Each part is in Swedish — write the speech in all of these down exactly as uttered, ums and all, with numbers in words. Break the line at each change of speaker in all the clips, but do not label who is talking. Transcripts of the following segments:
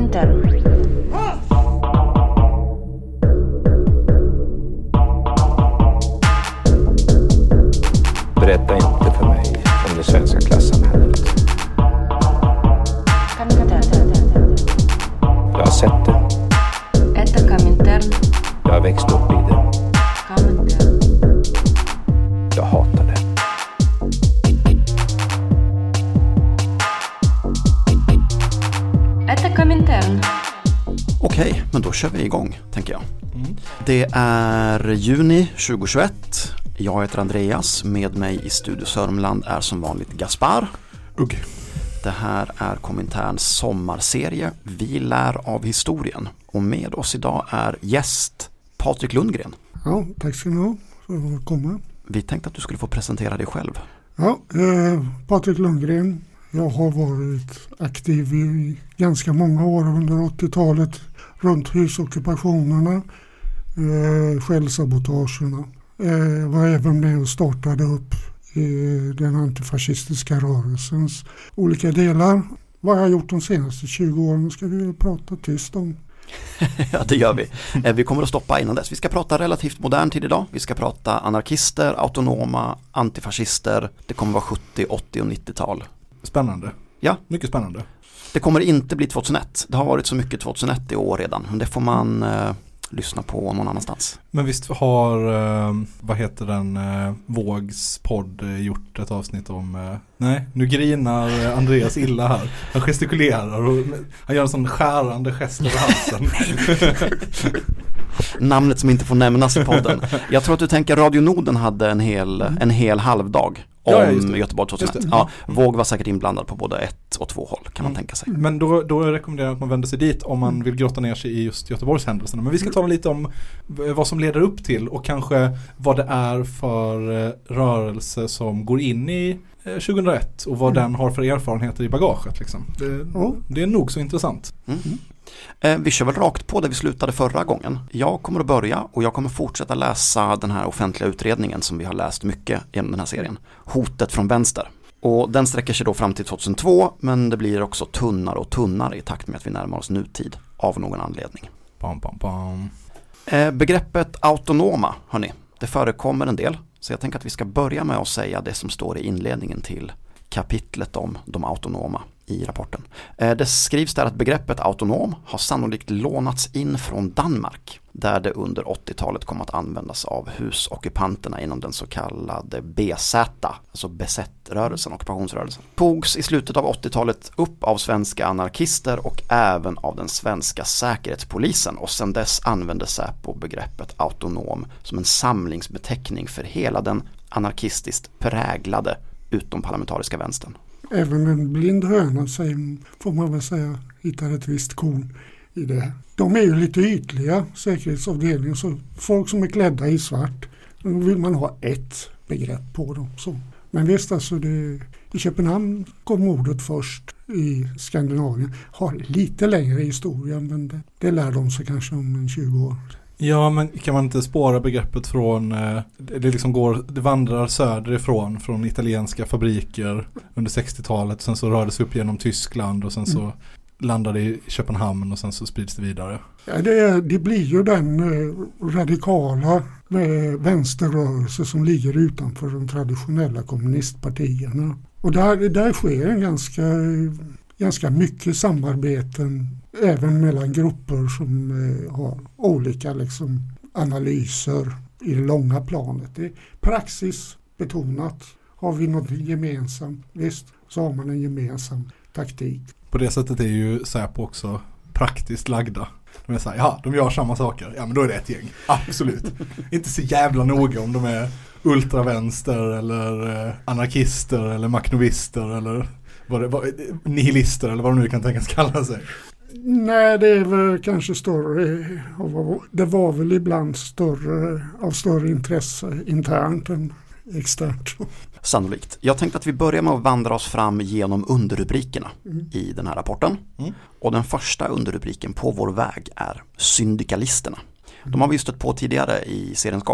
Komintern.
Berätta inte för mig om det svenska klassamhället. Jag har sett det.
Это Komintern.
Jag har växt upp i det.
Komintern.
Jag hatar det.
Это Komintern.
Okej, men då kör vi igång, tänker jag. Mm. Det är juni tjugohundratjugoett. Jag heter Andreas. Med mig i Studio Sörmland är som vanligt Gaspar.
Ugg.
Det här är Kominterns sommarserie Vi lär av historien. Och med oss idag är gäst Patrik Lundgren.
Ja, tack ska ni ha för att komma.
Vi tänkte att du skulle få presentera dig själv.
Ja, eh, Patrik Lundgren. Jag har varit aktiv i ganska många år under åttiotalet runt husockupationerna, eh, självsabotagerna. Eh, var även med och startade upp i den antifascistiska rörelsens olika delar. Vad jag har gjort de senaste tjugo åren ska vi prata tyst om.
Ja, det gör vi. Vi kommer att stoppa innan dess. Vi ska prata relativt modern tid idag. Vi ska prata anarkister, autonoma, antifascister. Det kommer vara sjuttio, åttio och nittiotal.
Spännande.
Ja.
Mycket spännande.
Det kommer inte bli tjugohundraett. Det har varit så mycket tjugohundraett i år redan. Men det får man eh, lyssna på någon annanstans.
Men visst har, eh, vad heter den, eh, Vågs podd eh, gjort ett avsnitt om, eh, nej, nu grinar eh, Andreas illa här. Han gestikulerar och han gör en sån skärande gest över halsen.
Namnet som inte får nämnas i podden. Jag tror att du tänker Radio Norden hade en hel, en hel halvdag om ja, Göteborg tjugohundraett. Ja, Våg var säkert inblandad på både ett och två håll, kan man mm. tänka sig.
Men då, då rekommenderar jag att man vänder sig dit om man vill grotta ner sig i just Göteborgs händelserna. Men vi ska tala lite om vad som leder upp till och kanske vad det är för rörelse som går in i tjugohundraett och vad mm. den har för erfarenheter i bagaget. Liksom. Det, mm. det är nog så intressant.
Mm. Eh, vi kör väl rakt på där vi slutade förra gången. Jag kommer att börja och jag kommer fortsätta läsa den här offentliga utredningen som vi har läst mycket genom den här serien. Hotet från vänster. Och den sträcker sig då fram till tjugohundratvå, men det blir också tunnare och tunnare i takt med att vi närmar oss nutid av någon anledning.
Bam, bam, bam.
Eh, begreppet autonoma, hörni, det förekommer en del. Så jag tänker att vi ska börja med att säga det som står i inledningen till kapitlet om de autonoma i rapporten. Det skrivs där att begreppet autonom har sannolikt lånats in från Danmark, där det under åttiotalet kom att användas av husockupanterna inom den så kallade B Z, alltså besättrörelsen, ockupationsrörelsen. Togs i slutet av åttiotalet upp av svenska anarkister och även av den svenska säkerhetspolisen, och sedan dess använde Säpo begreppet autonom som en samlingsbeteckning för hela den anarkistiskt präglade utomparlamentariska vänstern.
Även en blind höna, får man väl säga, hittar ett visst korn i det. De är ju lite ytliga, säkerhetsavdelningen, så folk som är klädda i svart, då vill man ha ett begrepp på dem. Så. Men visst, alltså det, i Köpenhamn kom mordet först i Skandinavien. Har lite längre historia, men det, det lär de sig kanske om en tjugo år.
Ja, men kan man inte spåra begreppet från, eh, det liksom går, det vandrar söderifrån, från italienska fabriker under sextiotalet, sen så rör det sig upp genom Tyskland och sen så mm. landar det i Köpenhamn och sen så sprids det vidare.
Ja, det, det blir ju den eh, radikala eh, vänsterrörelse som ligger utanför de traditionella kommunistpartierna. Och där, där sker en ganska, ganska mycket samarbeten även mellan grupper som eh, har olika liksom, analyser i det långa planet. Det är praxisbetonat. Har vi något gemensamt, visst, så har man en gemensam taktik.
På det sättet är ju Säpo också praktiskt lagda. De är så här, ja, de gör samma saker. Ja, men då är det ett gäng. Absolut. Inte så jävla noga om de är ultravänster eller eh, anarkister eller maknovister eller vad det, vad, nihilister eller vad de nu kan tänkas kalla sig.
Nej, det är väl kanske större, det var väl ibland större, av större intresse internt än externt.
Sannolikt. Jag tänkte att vi börjar med att vandra oss fram genom underrubrikerna mm. i den här rapporten. Mm. Och den första underrubriken på vår väg är syndikalisterna. Mm. De har vi just stött på tidigare i seriens gång.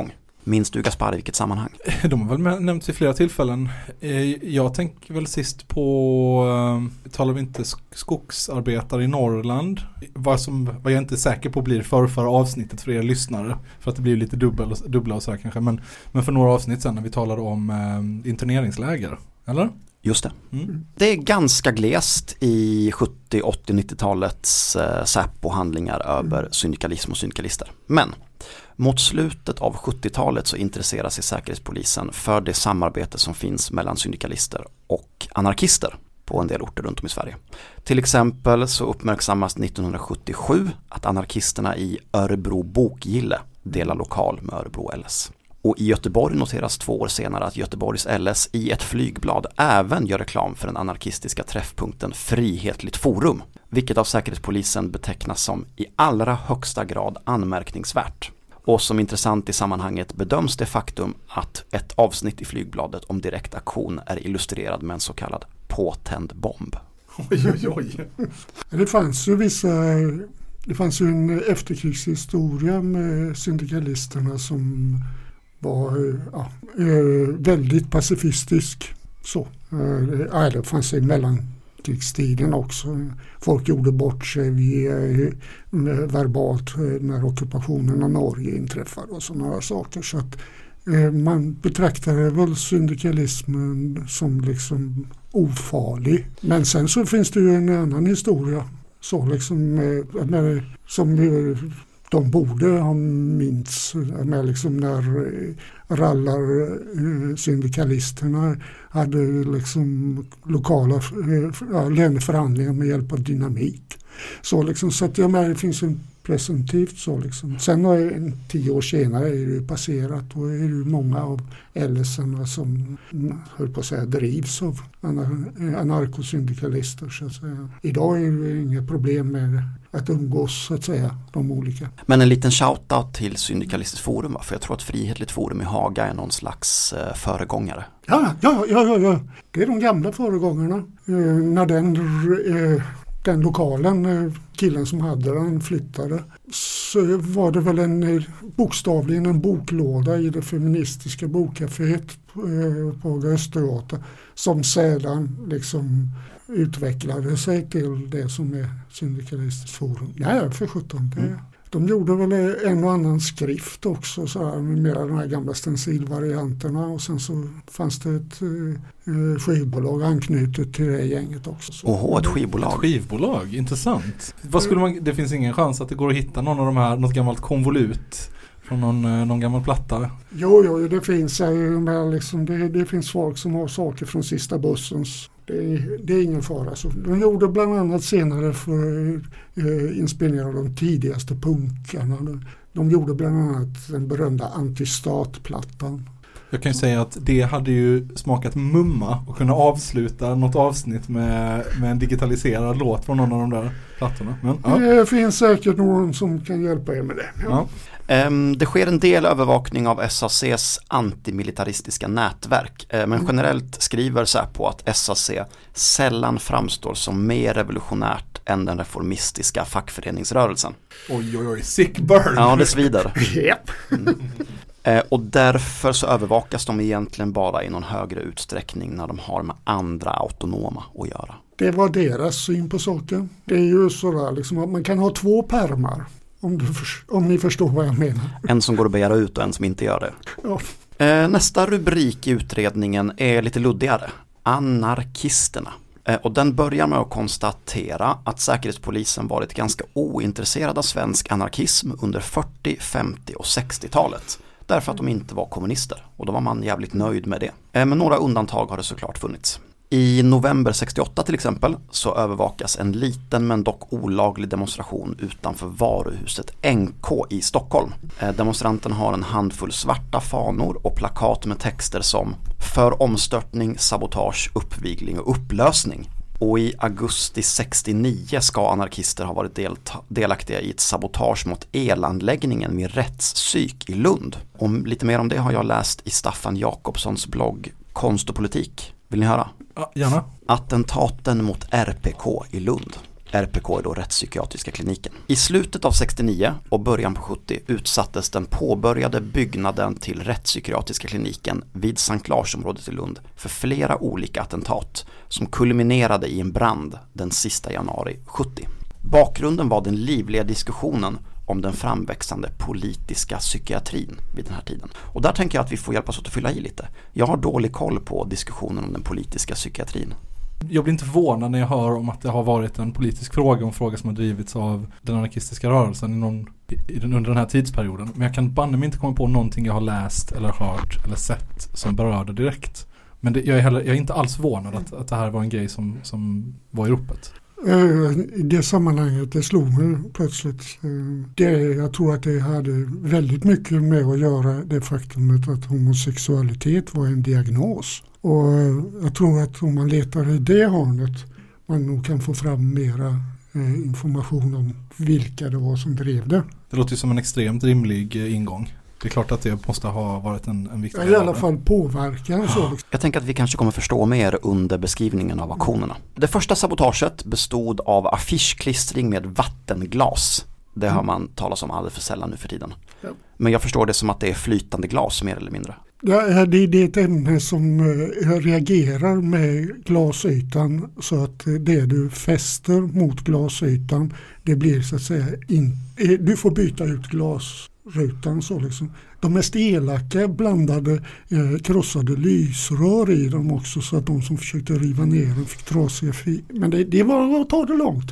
Minns du Gaspar i vilket sammanhang?
De har väl nämnts i flera tillfällen. Jag tänker väl sist på, talar vi inte skogsarbetare i Norrland, vad, som, vad jag inte är säker på blir förrförra avsnittet för er lyssnare, för att det blir lite dubbel, dubbla och så här kanske, men, men för några avsnitt sen när vi talade om eh, interneringsläger, eller?
Just det.
Mm.
Det är ganska glest i sjuttio-, åttio-, nittiotalets eh, Säpo-handlingar över mm. syndikalism och syndikalister. Men mot slutet av sjuttiotalet så intresserar sig Säkerhetspolisen för det samarbete som finns mellan syndikalister och anarkister på en del orter runt om i Sverige. Till exempel så uppmärksammas nittonhundrasjuttiosju att anarkisterna i Örebro Bokgille delar lokal med Örebro L S. Och i Göteborg noteras två år senare att Göteborgs L S i ett flygblad även gör reklam för den anarkistiska träffpunkten Frihetligt Forum, vilket av Säkerhetspolisen betecknas som i allra högsta grad anmärkningsvärt. Och som intressant i sammanhanget bedöms det faktum att ett avsnitt i flygbladet om direkt aktion är illustrerad med en så kallad påtänd bomb.
Oj, oj, oj.
Det fanns ju vissa, det fanns ju en efterkrigshistoria med syndikalisterna som var ja, väldigt pacifistisk. Så. Ja, det fanns i mellankrigstiden också. Folk gjorde bort sig vid, verbalt när ockupationen av Norge inträffade och sådana saker. Så att man betraktade väl syndikalismen som liksom ofarlig. Men sen så finns det ju en annan historia. Så liksom med, som de borde ha minst med liksom när rallar syndikalisterna hade liksom lokala ja, löneförhandlingar med hjälp av dynamit. Så liksom så att jag menar, det finns en presumtivt så liksom. Sen har en tio år senare är det passerat och är det många av L S-arna som höll på att säga drivs av anarkosyndikalister så att säga. Idag är det inga problem med att umgås så att säga de olika.
Men en liten shoutout till Syndikalistiskt forum va? För jag tror att Frihetligt forum i Haga är någon slags eh, föregångare.
Ja, ja, ja, ja, ja. Det är de gamla föregångarna. Eh, när den eh, den lokalen, killen som hade den flyttade, så var det väl en bokstavligen en boklåda i det feministiska bokcaféet på Östergatan som sedan liksom utvecklade sig till det som är Syndikalistiskt forum. Ja, för sjutton. Det. Mm. De gjorde väl en och annan skrift också så här, med mera de här gamla stencilvarianterna och sen så fanns det ett eh, skivbolag anknutet till det gänget också.
Åh, ett skivbolag.
Ett skivbolag, intressant. Vad skulle man, det finns ingen chans att det går att hitta någon av de här, något gammalt konvolut från någon, någon gammal platta?
Jo, jo, det finns men liksom, det, det finns folk som har saker från sista bussens. Det är, det är ingen fara. Så de gjorde bland annat senare för eh, inspirera de tidigaste punkarna. De, de gjorde bland annat den berömda antistatplattan.
Jag kan ju säga att det hade ju smakat mumma och kunna avsluta något avsnitt med, med en digitaliserad låt från någon av de där plattorna. Men, ja.
Det finns säkert någon som kan hjälpa er med det. Ja.
Ja.
Um, det sker en del övervakning av S A C:s antimilitaristiska nätverk, uh, men generellt skriver Säpo att S A C sällan framstår som mer revolutionärt än den reformistiska fackföreningsrörelsen.
Oj, oj, oj, sick burn!
Ja, det svider.
Yep.
Mm. Uh, och därför så övervakas de egentligen bara i någon högre utsträckning när de har med andra autonoma att göra.
Det var deras syn på saken. Det är ju sådär liksom att man kan ha två pärmar. Om, du för, om ni förstår vad jag menar.
En som går att begära ut och en som inte gör det.
Ja.
Eh, nästa rubrik i utredningen är lite luddigare. Anarkisterna. Eh, och den börjar med att konstatera att Säkerhetspolisen varit ganska ointresserad av svensk anarkism under fyrtio-, femtio- och sextiotalet. Därför att de inte var kommunister. Och då var man jävligt nöjd med det. Eh, men några undantag har det såklart funnits. I november sextioåtta till exempel så övervakas en liten men dock olaglig demonstration utanför varuhuset N K i Stockholm. Demonstranten har en handfull svarta fanor och plakat med texter som för omstörtning, sabotage, uppvigling och upplösning. Och i augusti sextionio ska anarkister ha varit delta- delaktiga i ett sabotage mot elanläggningen med rättspsyk i Lund. Om lite mer om det har jag läst i Staffan Jakobssons blogg Konst och politik. Vill ni höra?
Ja, gärna.
Attentaten mot R P K i Lund. R P K är då rättspsykiatriska kliniken. I slutet av sextionio och början på sjuttio utsattes den påbörjade byggnaden till rättspsykiatriska kliniken vid Sankt Larsområdet i Lund för flera olika attentat som kulminerade i en brand den sista januari sjuttio. Bakgrunden var den livliga diskussionen om den framväxande politiska psykiatrin vid den här tiden. Och där tänker jag att vi får hjälpas åt att fylla i lite. Jag har dålig koll på diskussionen om den politiska psykiatrin.
Jag blir inte förvånad när jag hör om att det har varit en politisk fråga och en fråga som har drivits av den anarkistiska rörelsen i någon, i den, under den här tidsperioden. Men jag kan banne mig inte komma på någonting jag har läst eller hört eller sett som berörde direkt. Men det, jag, är heller, jag är inte alls förvånad att, att det här var en grej som, som var i ropet.
I det sammanhanget, det slog mig plötsligt. Det, jag tror att det hade väldigt mycket med att göra det faktumet att homosexualitet var en diagnos. Och jag tror att om man letar i det hörnet man nog kan få fram mera eh, information om vilka det var som drev det.
Det låter ju som en extremt rimlig eh, ingång. Det är klart att det måste ha varit en, en viktig...
Ja, i alla fall påverkan. Så.
Jag tänker att vi kanske kommer förstå mer under beskrivningen av aktionerna. Det första sabotaget bestod av affischklistring med vattenglas. Det har man talat om alldeles för sällan nu för tiden.
Ja.
Men jag förstår det som att det är flytande glas mer eller mindre.
Ja, det, det är ett ämne som reagerar med glasytan så att det du fäster mot glasytan det blir så att säga in, du får byta ut glasrutan så liksom. De mest elaka blandade eh, krossade lysrör i dem också så att de som försökte riva ner dem fick trasiga fi. Men det, det var att ta det långt.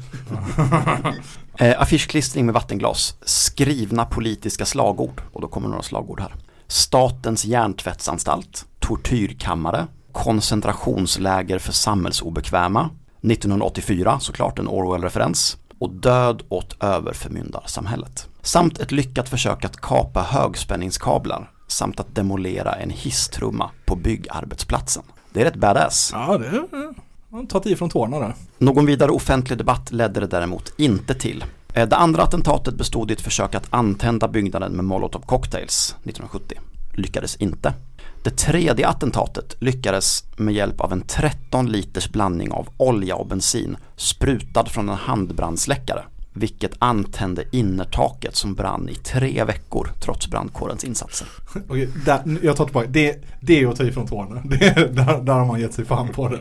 eh, affischklistring med vattenglas, skrivna politiska slagord, och då kommer några slagord här. Statens hjärntvättsanstalt, tortyrkammare, koncentrationsläger för samhällsobekväma, nittonhundraåttiofyra, såklart en Orwell-referens, och död åt överförmyndarsamhället. Samt ett lyckat försök att kapa högspänningskablar samt att demolera en hisstrumma på byggarbetsplatsen. Det är rätt badass.
Ja, det är... Man tar tid från tårna där.
Någon vidare offentlig debatt ledde det däremot inte till. Det andra attentatet bestod i ett försök att antända byggnaden med Molotov cocktails nittonhundrasjuttio. Lyckades inte. Det tredje attentatet lyckades med hjälp av en tretton liters blandning av olja och bensin sprutad från en handbrandsläckare, vilket antände innertaket som brann i tre veckor trots brandkårens insatser.
Okej, där, jag tar tillbaka. Det, det är att ta ifrån tårna. Det, där, där har man gett sig fan på det.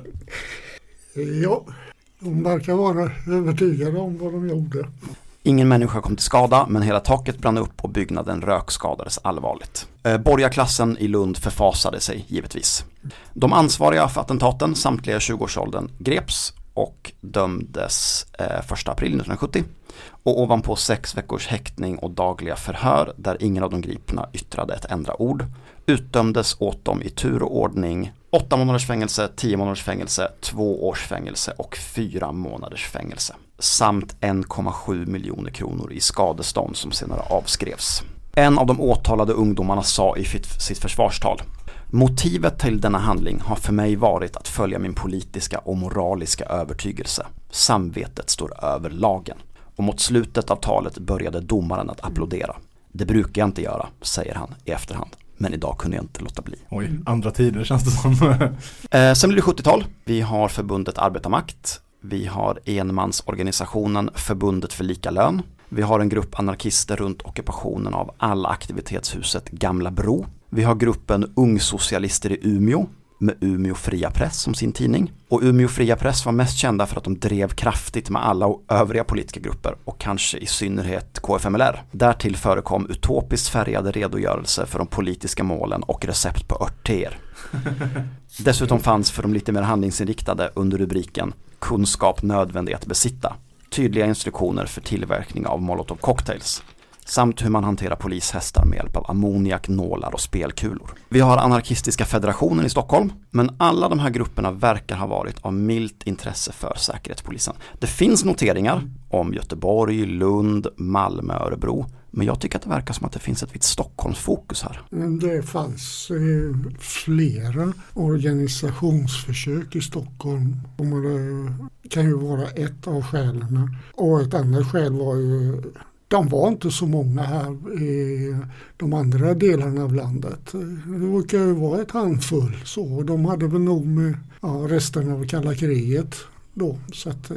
Ja, de verkar vara övertygade om vad de gjorde.
Ingen människa kom till skada, men hela taket brann upp och byggnaden rökskadades allvarligt. Eh, borgarklassen i Lund förfasade sig givetvis. De ansvariga för attentaten, samtliga tjugo-årsåldern, greps och dömdes eh, första april nittonhundrasjuttio. Och ovanpå sex veckors häktning och dagliga förhör, där ingen av de gripna yttrade ett enda ord, utdömdes åt dem i tur och ordning åtta månaders fängelse, tio månaders fängelse, två års fängelse och fyra månaders fängelse. Samt en komma sju miljoner kronor i skadestånd som senare avskrevs. En av de åtalade ungdomarna sa i sitt försvarstal: motivet till denna handling har för mig varit att följa min politiska och moraliska övertygelse. Samvetet står över lagen. Och mot slutet av talet började domaren att applådera. Det brukar jag inte göra, säger han i efterhand. Men idag kunde jag inte låta bli.
Oj, andra tider känns det som.
eh, sen blir det sjuttiotal. Vi har förbundet Arbetarmakt. Vi har enmansorganisationen Förbundet för lika lön. Vi har en grupp anarkister runt ockupationen av alla aktivitetshuset Gamla Bro. Vi har gruppen Ungsocialister i Umeå med Umeå Fria Press som sin tidning. Och Umeå Fria Press var mest kända för att de drev kraftigt med alla övriga politiska grupper och kanske i synnerhet K F M L R. Därtill förekom utopiskt färgade redogörelser för de politiska målen och recept på örtteer. Dessutom fanns för de lite mer handlingsinriktade under rubriken Kunskap nödvändig att besitta tydliga instruktioner för tillverkning av Molotov cocktails samt hur man hanterar polishästar med hjälp av ammoniak, nålar och spelkulor. Vi har anarkistiska federationen i Stockholm, men alla de här grupperna verkar ha varit av milt intresse för säkerhetspolisen. Det finns noteringar om Göteborg, Lund, Malmö, Örebro, men jag tycker att det verkar som att det finns ett vitt Stockholmsfokus här.
Det fanns eh, flera organisationsförsök i Stockholm. Det kan ju vara ett av skälen. Och ett annat skäl var ju, de var inte så många här i de andra delarna av landet. Det brukar ju vara ett handfull så. De hade väl nog med ja, resten av kalla kriget då. Så att,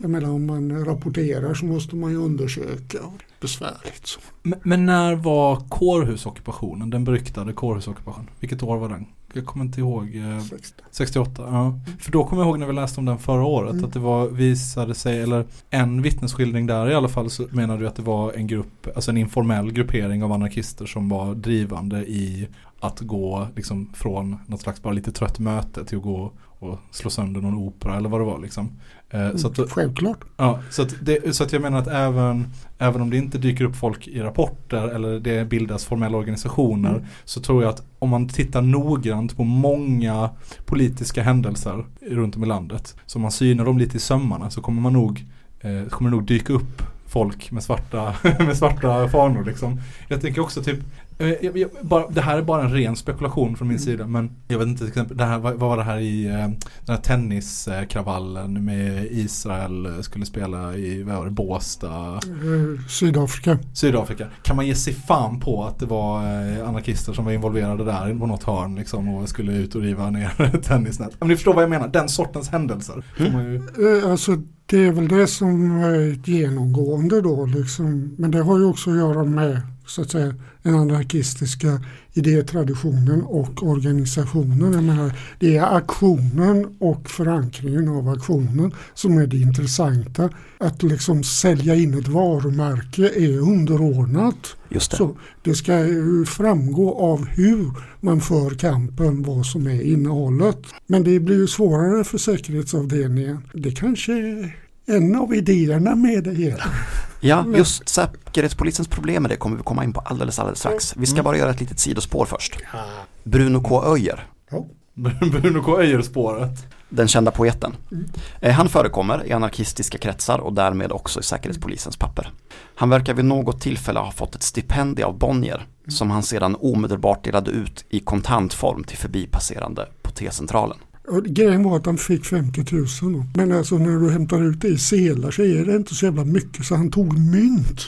Jag menar, om man rapporterar så måste man ju undersöka. Besvärligt. Så.
Men, men när var kårhusockupationen, den beryktade kårhusockupationen? Vilket år var den? Jag kommer inte ihåg. Eh, sextioåtta, ja. Mm. För då kommer jag ihåg när vi läste om den förra året. Mm. Att det var, visade sig, eller en vittnesskildring där i alla fall, så menade du att det var en grupp, alltså en informell gruppering av anarkister som var drivande i att gå liksom från något slags bara lite trött möte till att gå och slå sönder någon opera eller vad det var liksom. Eh, så att,
Självklart.
Ja, så att, det, så att jag menar att även, även om det inte dyker upp folk i rapporter eller det bildas formella organisationer, mm. så tror jag att om man tittar noggrant på många politiska händelser runt om i landet, så man synar dem lite i sömmarna, så kommer man nog, eh, kommer det nog dyka upp folk med svarta, med svarta fanor liksom. Jag tänker också typ Jag, jag, bara, det här är bara en ren spekulation från min mm. sida, men jag vet inte till exempel, det här, vad, vad var det här i eh, den här tenniskravallen med Israel skulle spela i, vad var det, Båstad?
Eh, Sydafrika.
Sydafrika. Kan man ge sig fan på att det var eh, anarkister som var involverade där på något hörn liksom, och skulle ut och riva ner tennisnät? Om ni förstår vad jag menar, den sortens händelser. Mm. Man ju...
eh, alltså det är väl det som är ett genomgående då liksom, men det har ju också att göra med så att säga den anarkistiska idétraditionen och organisationen. Jag menar, det är aktionen och förankringen av aktionen som är det intressanta. Att liksom sälja in ett varumärke är underordnat.
Just det.
Så det ska ju framgå av hur man för kampen, vad som är innehållet. Men det blir ju svårare för säkerhetsavdelningen. Det kanske är en av idéerna med det hela.
Ja, just säkerhetspolisens problem med det kommer vi komma in på alldeles, alldeles strax. Vi ska mm. bara göra ett litet sidospår först. Bruno K. Öijer.
Ja. Bruno K. Öijer-spåret.
Den kända poeten. Mm. Han förekommer i anarkistiska kretsar och därmed också i säkerhetspolisens papper. Han verkar vid något tillfälle ha fått ett stipendium av Bonnier mm. som han sedan omedelbart delade ut i kontantform till förbipasserande på T-centralen.
Och grejen var att han fick femtio tusen. Men alltså när du hämtar ut det i sedlar så är det inte så jävla mycket, så han tog mynt.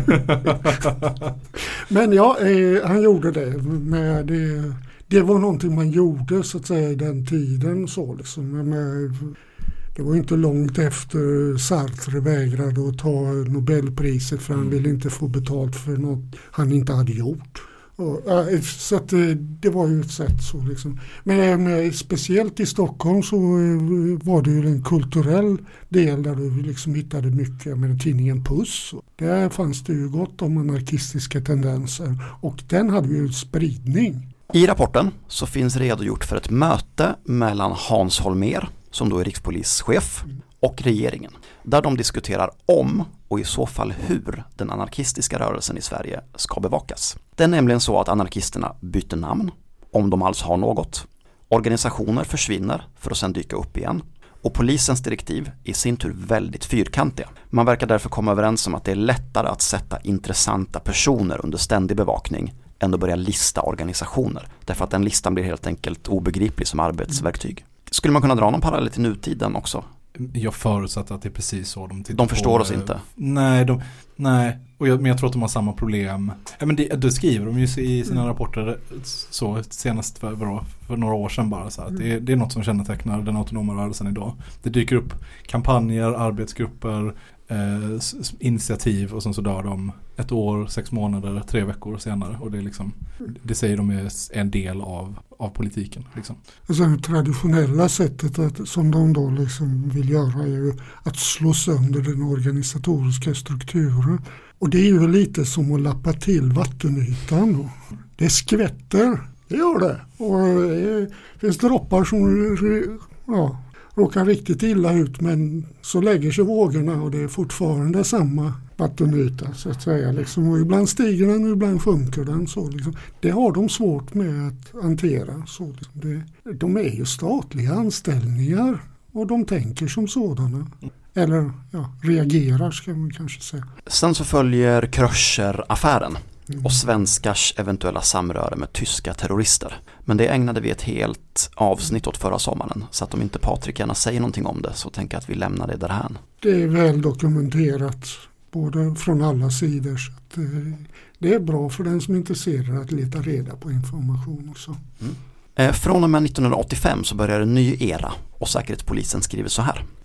Men ja, eh, han gjorde det. Med det. Det var någonting man gjorde så att säga i den tiden. Så liksom. Med, det var inte långt efter Sartre vägrade att ta Nobelpriset för han ville inte få betalt för något han inte hade gjort. Och, äh, så att det, det var ju ett sätt så liksom. Men äh, speciellt i Stockholm så äh, var det ju en kulturell del där du liksom hittade mycket med tidningen Puss. Där fanns det ju gott om anarkistiska tendenser och den hade ju spridning.
I rapporten så finns redogjort för ett möte mellan Hans Holmér, som då är rikspolischef, mm. och regeringen, där de diskuterar om och i så fall hur den anarkistiska rörelsen i Sverige ska bevakas. Det är nämligen så att anarkisterna byter namn, om de alls har något. Organisationer försvinner för att sedan dyka upp igen. Och polisens direktiv är i sin tur väldigt fyrkantiga. Man verkar därför komma överens om att det är lättare att sätta intressanta personer under ständig bevakning än att börja lista organisationer. Därför att den listan blir helt enkelt obegriplig som arbetsverktyg. Skulle man kunna dra någon parallell till nutiden också?
Jag förutsätter att det är precis så de tittar
De förstår
på,
oss inte.
Nej, de, nej. Och jag, men jag tror att de har samma problem. Ja, men det, det skriver de ju i sina mm. rapporter så senast för, för några år sedan bara. Så att mm. det, det är något som kännetecknar den autonoma rörelsen idag. Det dyker upp kampanjer, arbetsgrupper, eh, initiativ och sen så dör de ett år, sex månader, tre veckor senare. Och det, är liksom, det säger de är en del av, av politiken. Liksom.
Alltså det traditionella sättet att, som de då liksom vill göra är ju att slå sönder den organisatoriska strukturen. Och det är ju lite som att lappa till vattenytan. Det skvätter, det gör det. Och det finns droppar som ja, råkar riktigt illa ut, men så lägger sig vågorna och det är fortfarande samma vattenyta så att säga. Liksom. Och ibland stiger den och ibland sjunker den. Så, liksom. Det har de svårt med att hantera. Så, liksom. det, de är ju statliga anställningar och de tänker som sådana. Eller ja, reagerar ska man kanske säga.
Sen så följer Kröcher-affären mm. och svenskars eventuella samröre med tyska terrorister. Men det ägnade vi ett helt avsnitt åt förra sommaren. Så att om inte Patrik gärna säger någonting om det så tänker jag att vi lämnar det därhän. Det
är väl dokumenterat både från alla sidor. Så att, eh, det är bra för den som är intresserad att leta reda på information också.
Mm. Eh, från och med nittonhundraåttiofem så börjar en ny era och Säkerhetspolisen skriver så här.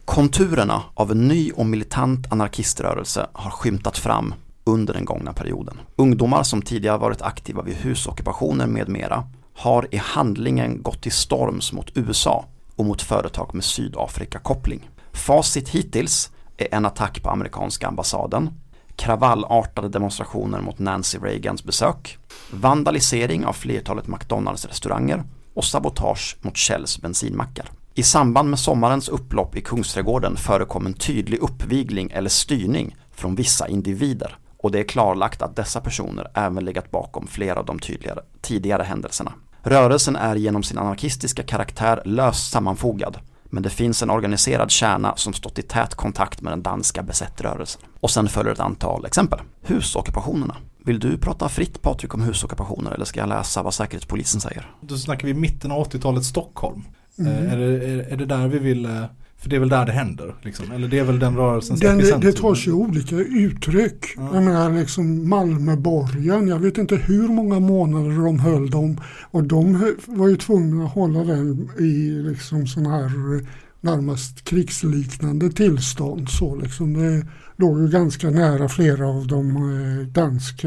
Konturerna av en ny och militant anarkiströrelse har skymtat fram under den gångna perioden. Ungdomar som tidigare varit aktiva vid husockupationer med mera har i handlingen gått till storms mot U S A och mot företag med Sydafrika-koppling. Facit hittills är en attack på amerikanska ambassaden, kravallartade demonstrationer mot Nancy Reagans besök, vandalisering av flertalet McDonalds-restauranger och sabotage mot Shells bensinmackar. I samband med sommarens upplopp i Kungsträdgården förekom en tydlig uppvigling eller styrning från vissa individer, och det är klarlagt att dessa personer även legat bakom flera av de tydligare, tidigare händelserna. Rörelsen är genom sin anarkistiska karaktär löst sammanfogad, men det finns en organiserad kärna som stått i tät kontakt med den danska besättrörelsen. Och sen följer ett antal exempel. Husockupationerna. Vill du prata fritt, Patrik, om husockupationer, eller ska jag läsa vad Säkerhetspolisen säger?
Då snackar vi mitten av åttiotalet Stockholm.
Mm.
Eh, är, det, är, är det där vi vill... Eh, för det är väl där det händer, liksom. Eller det är väl den rörelsens
den,
epicentrum.
Det tar sig olika uttryck.
Ja.
Jag menar liksom Malmöborgen, jag vet inte hur många månader de höll dem, och de var ju tvungna att hålla den i liksom sån här närmast krigsliknande tillstånd. Så liksom det låg ju ganska nära flera av de danska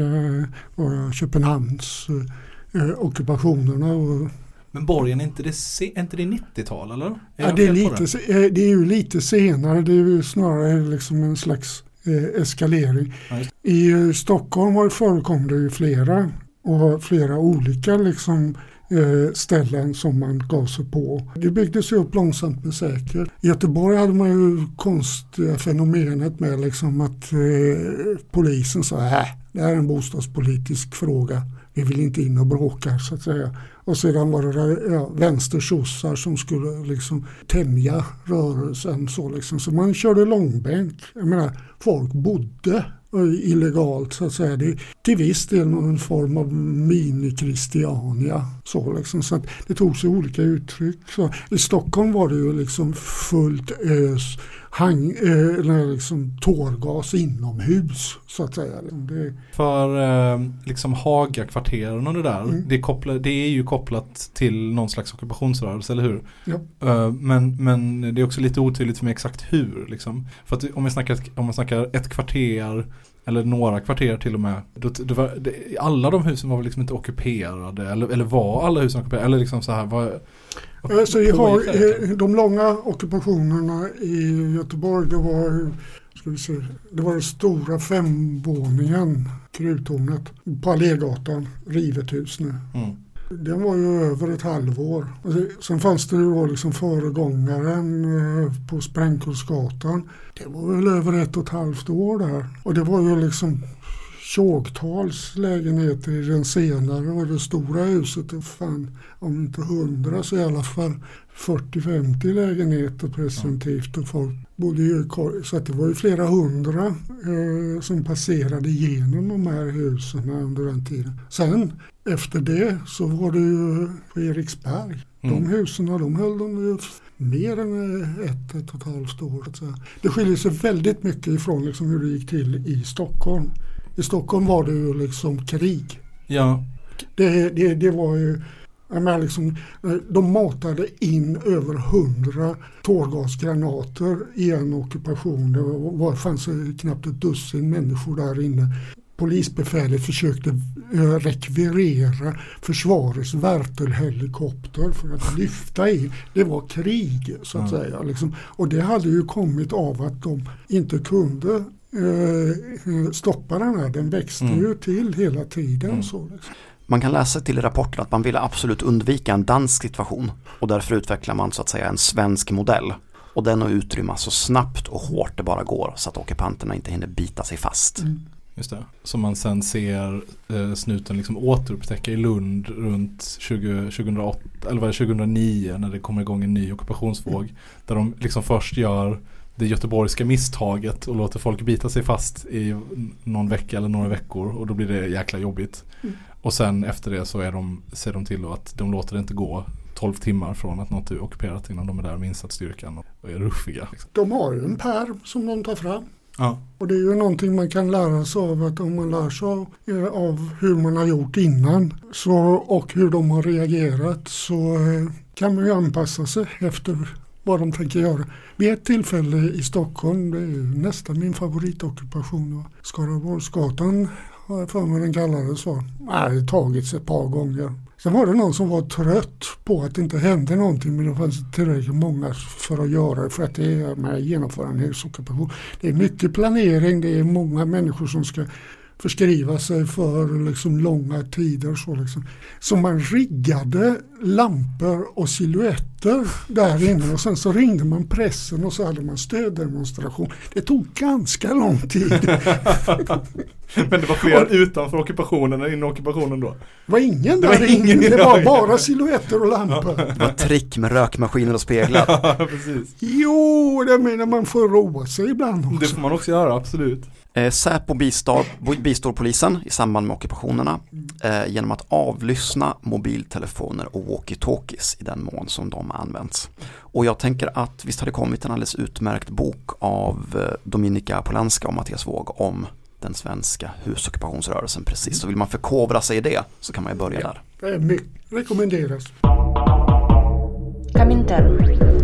och Köpenhamns eh, ockupationerna. Och
Men borgen, är inte det, är inte det nittiotal, eller? Är
ja, det, är lite, det? det är ju lite senare, det är ju snarare liksom en slags eh, eskalering.
Ja,
I eh, Stockholm var det förekom det ju flera och flera olika liksom eh, ställen som man gav sig på. Det byggdes ju upp långsamt men säkert. I Göteborg hade man ju konstiga fenomenet med liksom att eh, polisen sa äh, det här är en bostadspolitisk fråga. Vi vill inte in och bråka, så att säga. Och sedan var det ja, vänstersossar som skulle liksom tämja rörelsen. Så, liksom. Så man körde långbänk. Jag menar, folk bodde illegalt, så att säga. Det är till viss del någon form av mini-Christiania. Så, liksom. Så att det tog sig olika uttryck. Så, i Stockholm var det ju liksom fullt ös, hang, eh, liksom tårgas inomhus, så att säga. Det...
För eh, liksom Haga-kvarteren och det där,
Mm.
det, är kopplat, det är ju kopplat till någon slags ockupationsrörelse, eller hur?
Ja.
Uh, men, men det är också lite otydligt för mig exakt hur. Liksom. För att om man snackar, om man snackar ett kvarter eller några kvarter till och med, då, det var, det, alla de husen var väl liksom inte ockuperade, eller, eller var alla husen ockuperade, eller liksom så här var...
Så vi har, de långa ockupationerna i Göteborg, det var, ska vi se, det var den stora femvåningen, Kruttornet, på Allégatan, rivet hus nu.
Mm.
Den var ju över ett halvår. Sen fanns det ju då liksom föregångaren på Sprängkullsgatan. Det var väl över ett och ett halvt år där. Och det var ju liksom tjogtals lägenheter i den senare, och det stora huset är fan, om inte hundra så i alla fall fyrtio femtio lägenheter presumtivt, och folk bodde ju, så att det var ju flera hundra eh, som passerade igenom de här husen under den tiden. Sen efter det så var det ju på Eriksberg. Mm. De husen, de höll de ju mer än ett, ett och ett halvt år. Så det skiljer sig väldigt mycket ifrån liksom hur det gick till i Stockholm. I Stockholm var det ju liksom krig.
Ja.
Det, det, det var ju, jag menar liksom, de matade in över hundra tårgasgranater i en ockupation. Det var, fanns knappt ett dussin människor där inne. Polisbefälet försökte uh, rekvirera försvarets Vertol-helikopter för att lyfta in. Det var krig, så att mm. säga. Liksom. Och det hade ju kommit av att de inte kunde uh, stoppa den här. Den växte mm. ju till hela tiden. Mm. Så, liksom.
Man kan läsa till i rapporten att man ville absolut undvika en dansk situation, och därför utvecklar man så att säga en svensk modell. Och den att utrymma så snabbt och hårt det bara går, så att ockupanterna inte hinner bita sig fast. Mm.
Just det. Som man sen ser eh, snuten liksom återupptäcka i Lund runt tjugo, tjugohundraåtta, eller var det tjugohundranio, när det kommer igång en ny ockupationsvåg. Mm. Där de liksom först gör det göteborgska misstaget och låter folk bita sig fast i någon vecka eller några veckor, och då blir det jäkla jobbigt. Mm. Och sen efter det så är de, ser de till att de låter det inte gå tolv timmar från att något är ockuperat innan de är där med insatsstyrkan och är ruffiga. Liksom.
De har ju en pärm som de tar fram.
Ja.
Och det är ju någonting man kan lära sig av, att om man lär sig av, av hur man har gjort innan så, och hur de har reagerat, så kan man ju anpassa sig efter vad de tänker göra. Vid ett tillfälle i Stockholm, det är ju nästan min favoritockupation, Skaraborgsgatan har jag för mig den kallades så. Nej, det har tagits ett par gånger. Sen var det någon som var trött på att det inte hände någonting, men det fanns tillräckligt många för att göra det, för att det är med att genomföra en husockupation. Det är mycket planering, det är många människor som ska förskriva sig för liksom långa tider. Så, liksom. så man riggade lampor och silhuetter där inne och sen så ringde man pressen och så hade man stöddemonstration. Det tog ganska lång tid.
Men det var fler och, utanför ockupationen än inom ockupationen då?
Det var ingen
det
där
var
inne,
ingen,
det var bara silhuetter och lampor.
Det var trick med rökmaskiner och speglar.
Ja, precis.
Jo, det menar man får roa sig ibland också.
Det får man också göra, absolut.
Eh, Säpo bistår, bistår polisen i samband med ockupationerna eh, genom att avlyssna mobiltelefoner och walkie-talkies i den mån som de används. Och jag tänker att visst har det kommit en alldeles utmärkt bok av eh, Dominika Polanska och Mattias Våg om den svenska husockupationsrörelsen precis. Så vill man förkovra sig i det så kan man ju börja där.
Det är mycket rekommenderas.
Komintern.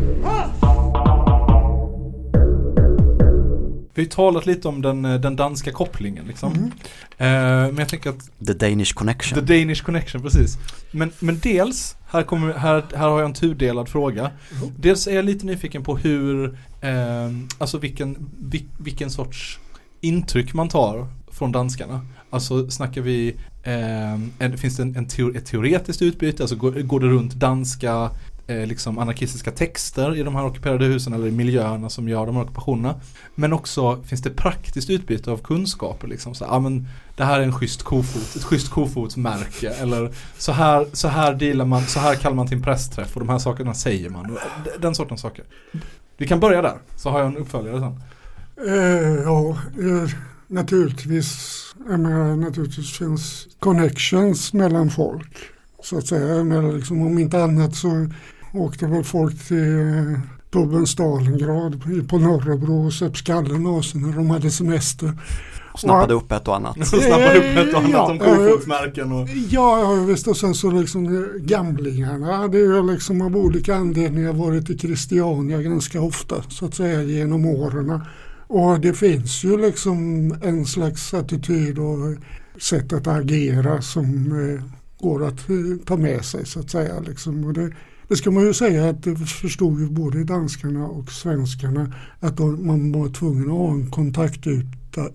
Vi har ju talat lite om den, den danska kopplingen liksom. Mm. Eh, men jag tänker att
The Danish Connection.
The Danish Connection, precis. Men, men dels, här, kommer, här, här har jag en tudelad fråga. Mm. Dels är jag lite nyfiken på hur, eh, alltså vilken, vil, vilken sorts intryck man tar från danskarna. Alltså snackar vi, eh, en, finns det en, en teor, ett teoretiskt utbyte, alltså går, går det runt danska eh, liksom anarkistiska texter i de här ockuperade husen eller i miljöerna som gör de här ockupationerna. Men också finns det praktiskt utbyte av kunskaper liksom. Så, ja, men det här är en schysst kofot, ett schysst kofotsmärke, eller så här, så här dealar man, så här kallar man till en pressträff och de här sakerna säger man. Den sortens saker. Vi kan börja där, så har jag en uppföljare sen.
Uh, ja, uh, naturligtvis, jag menar, naturligtvis finns connections mellan folk. Så att säga, men liksom, om inte annat så åkte väl folk till uh, puben Stalingrad på Norrebro och söp skallen av sig när de hade semester.
Snappade upp ett och annat.
Snappade upp ett och annat
ja,
om kofotsmärken. Och...
Ja, ja, visst. Och sen så liksom gamlingarna, det är liksom av olika anledningar varit i Christiania ganska ofta, så att säga, genom åren. Och det finns ju liksom en slags attityd och sätt att agera som eh, går att eh, ta med sig, så att säga. Liksom. Och det, det ska man ju säga att det förstod ju både danskarna och svenskarna att de, man var tvungen att ha en kontakt ut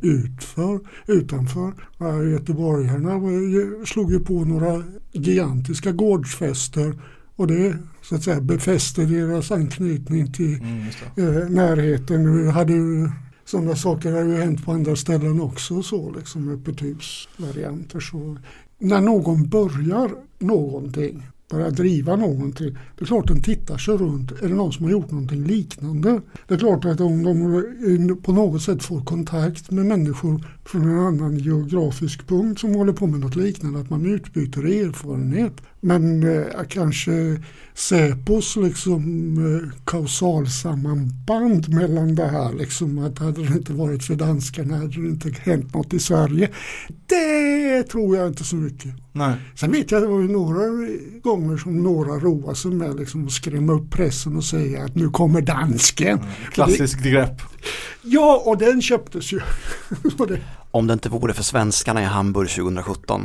utför, utanför. Göteborgarna slog ju på några gigantiska gårdsfester och det så att säga befäste deras anknytning till mm, eh, närheten. Vi hade ju sådana saker har ju hänt på andra ställen också, så liksom öppet hus-varianter. Så när någon börjar någonting, börjar driva någonting, det är klart den tittar sig runt. Är det någon som har gjort någonting liknande? Det är klart att om de på något sätt får kontakt med människor från en annan geografisk punkt som håller på med något liknande, att man utbyter erfarenhet. Men eh, kanske Säpos liksom eh, kausalsammanband mellan det här, liksom, att hade det inte varit för danskarna hade det inte hänt något i Sverige. Det tror jag inte så mycket.
Nej.
Sen vet jag att det var ju några gånger som några roade sig med liksom, att skrämma upp pressen och säga att nu kommer dansken. Mm,
klassisk det, grepp.
Ja, och den köptes ju. det.
Om det inte vore för svenskarna i Hamburg tjugohundrasjutton.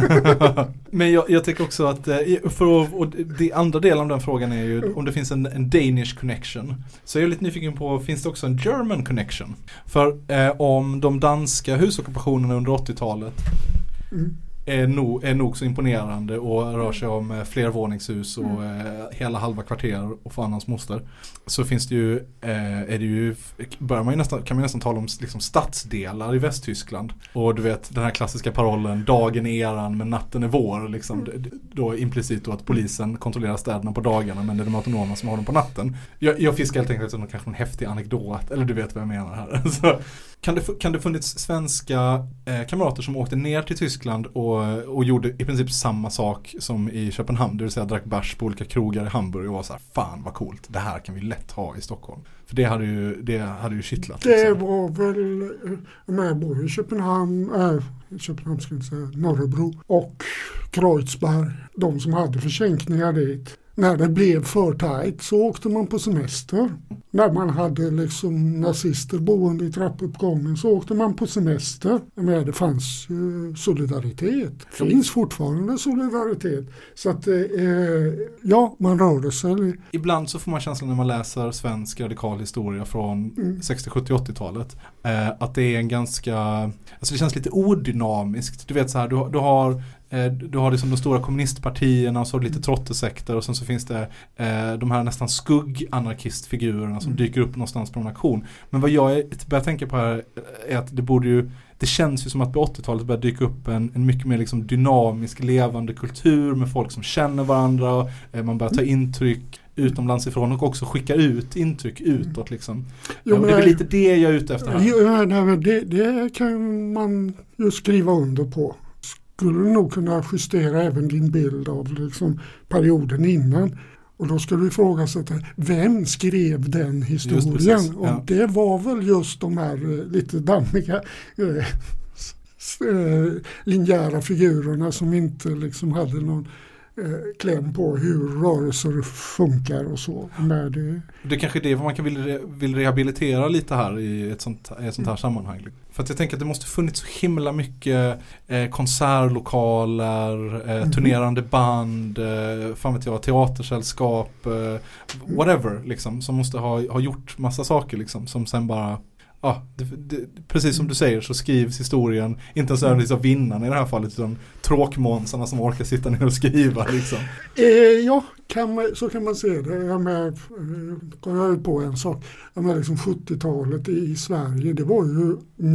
Men jag, jag tycker också att för att, och det andra delen av den frågan är ju om det finns en, en Danish connection. Så jag är lite nyfiken på, finns det också en German connection? För eh, om de danska husockupationerna under åttiotalet mm. är, nog, är nog så imponerande och rör sig om flervåningshus och mm. eh, hela halva kvarter och fan hans moster, så finns det ju, eh, är det ju börjar man ju nästan, kan man nästan tala om liksom stadsdelar i Västtyskland, och du vet den här klassiska parollen, dagen är eran men natten är vår liksom, mm. då implicit då att polisen kontrollerar städerna på dagarna men det är de autonoma som har dem på natten. Jag, jag fiskar helt enkelt som kanske en häftig anekdot, eller du vet vad jag menar här. Så, kan det, kan det funnits svenska eh, kamrater som åkte ner till Tyskland och, och gjorde i princip samma sak som i Köpenhamn, det vill säga drack bärs på olika krogar i Hamburg och var så här, fan vad coolt, det här kan vi lätt ha i Stockholm. För det hade ju, det hade ju kittlat.
Det liksom. Var väl, jag bor i Köpenhamn, äh, Köpenhamn ska jag säga, Norrebro och Kreuzberg, de som hade försänkningar dit. när det blev för tajt så åkte man på semester. När man hade liksom nazister boende i trappuppgången så åkte man på semester. Men det fanns eh, solidaritet. Det finns fortfarande solidaritet. Så att eh, ja, man rörde sig.
Ibland så får man känslan när man läser svensk radikal historia från mm. sextio, sjuttio, åttio-talet eh, att det är en ganska, alltså det känns lite odynamiskt. Du vet så här, du, du har Du har liksom de stora kommunistpartierna och så lite trottesekter och sen så finns det eh, de här nästan skugg-anarkistfigurerna som mm. dyker upp någonstans på en aktion. Men vad jag är, börjar tänka på här är att det borde ju, det känns ju som att på åttiotalet börjar dyka upp en, en mycket mer liksom dynamisk, levande kultur med folk som känner varandra. Eh, man börjar ta intryck utomlands ifrån och också skicka ut intryck utåt liksom. Jo, ja, det är väl lite det jag är ute efter här.
Ja, nej, det, det kan man ju skriva under på. Skulle du nog kunna justera även din bild av liksom perioden innan. Och då skulle vi fråga sig vem skrev den historien? Precis, ja. Och det var väl just de här lite dammiga äh, linjära figurerna som inte liksom hade någon kläm på hur rörelser funkar och så. Med det.
det kanske är det man kan vill, vill rehabilitera lite här i ett sånt, i ett sånt här sammanhang. För att jag tänker att det måste funnits så himla mycket eh, konsertlokaler, eh, mm. turnerande band, eh, fan vet jag, teatersällskap, eh, whatever liksom, som måste ha, ha gjort massa saker liksom, som sen bara ja, det, det, precis som du säger så skrivs historien inte ens övrigt av vinnarna i det här fallet utan tråkmånsarna som orkar sitta ner och skriva liksom.
Eh, ja, kan man, så kan man se det. Jag med, kom jag på en sak. Jag med liksom sjuttiotalet i Sverige, det var ju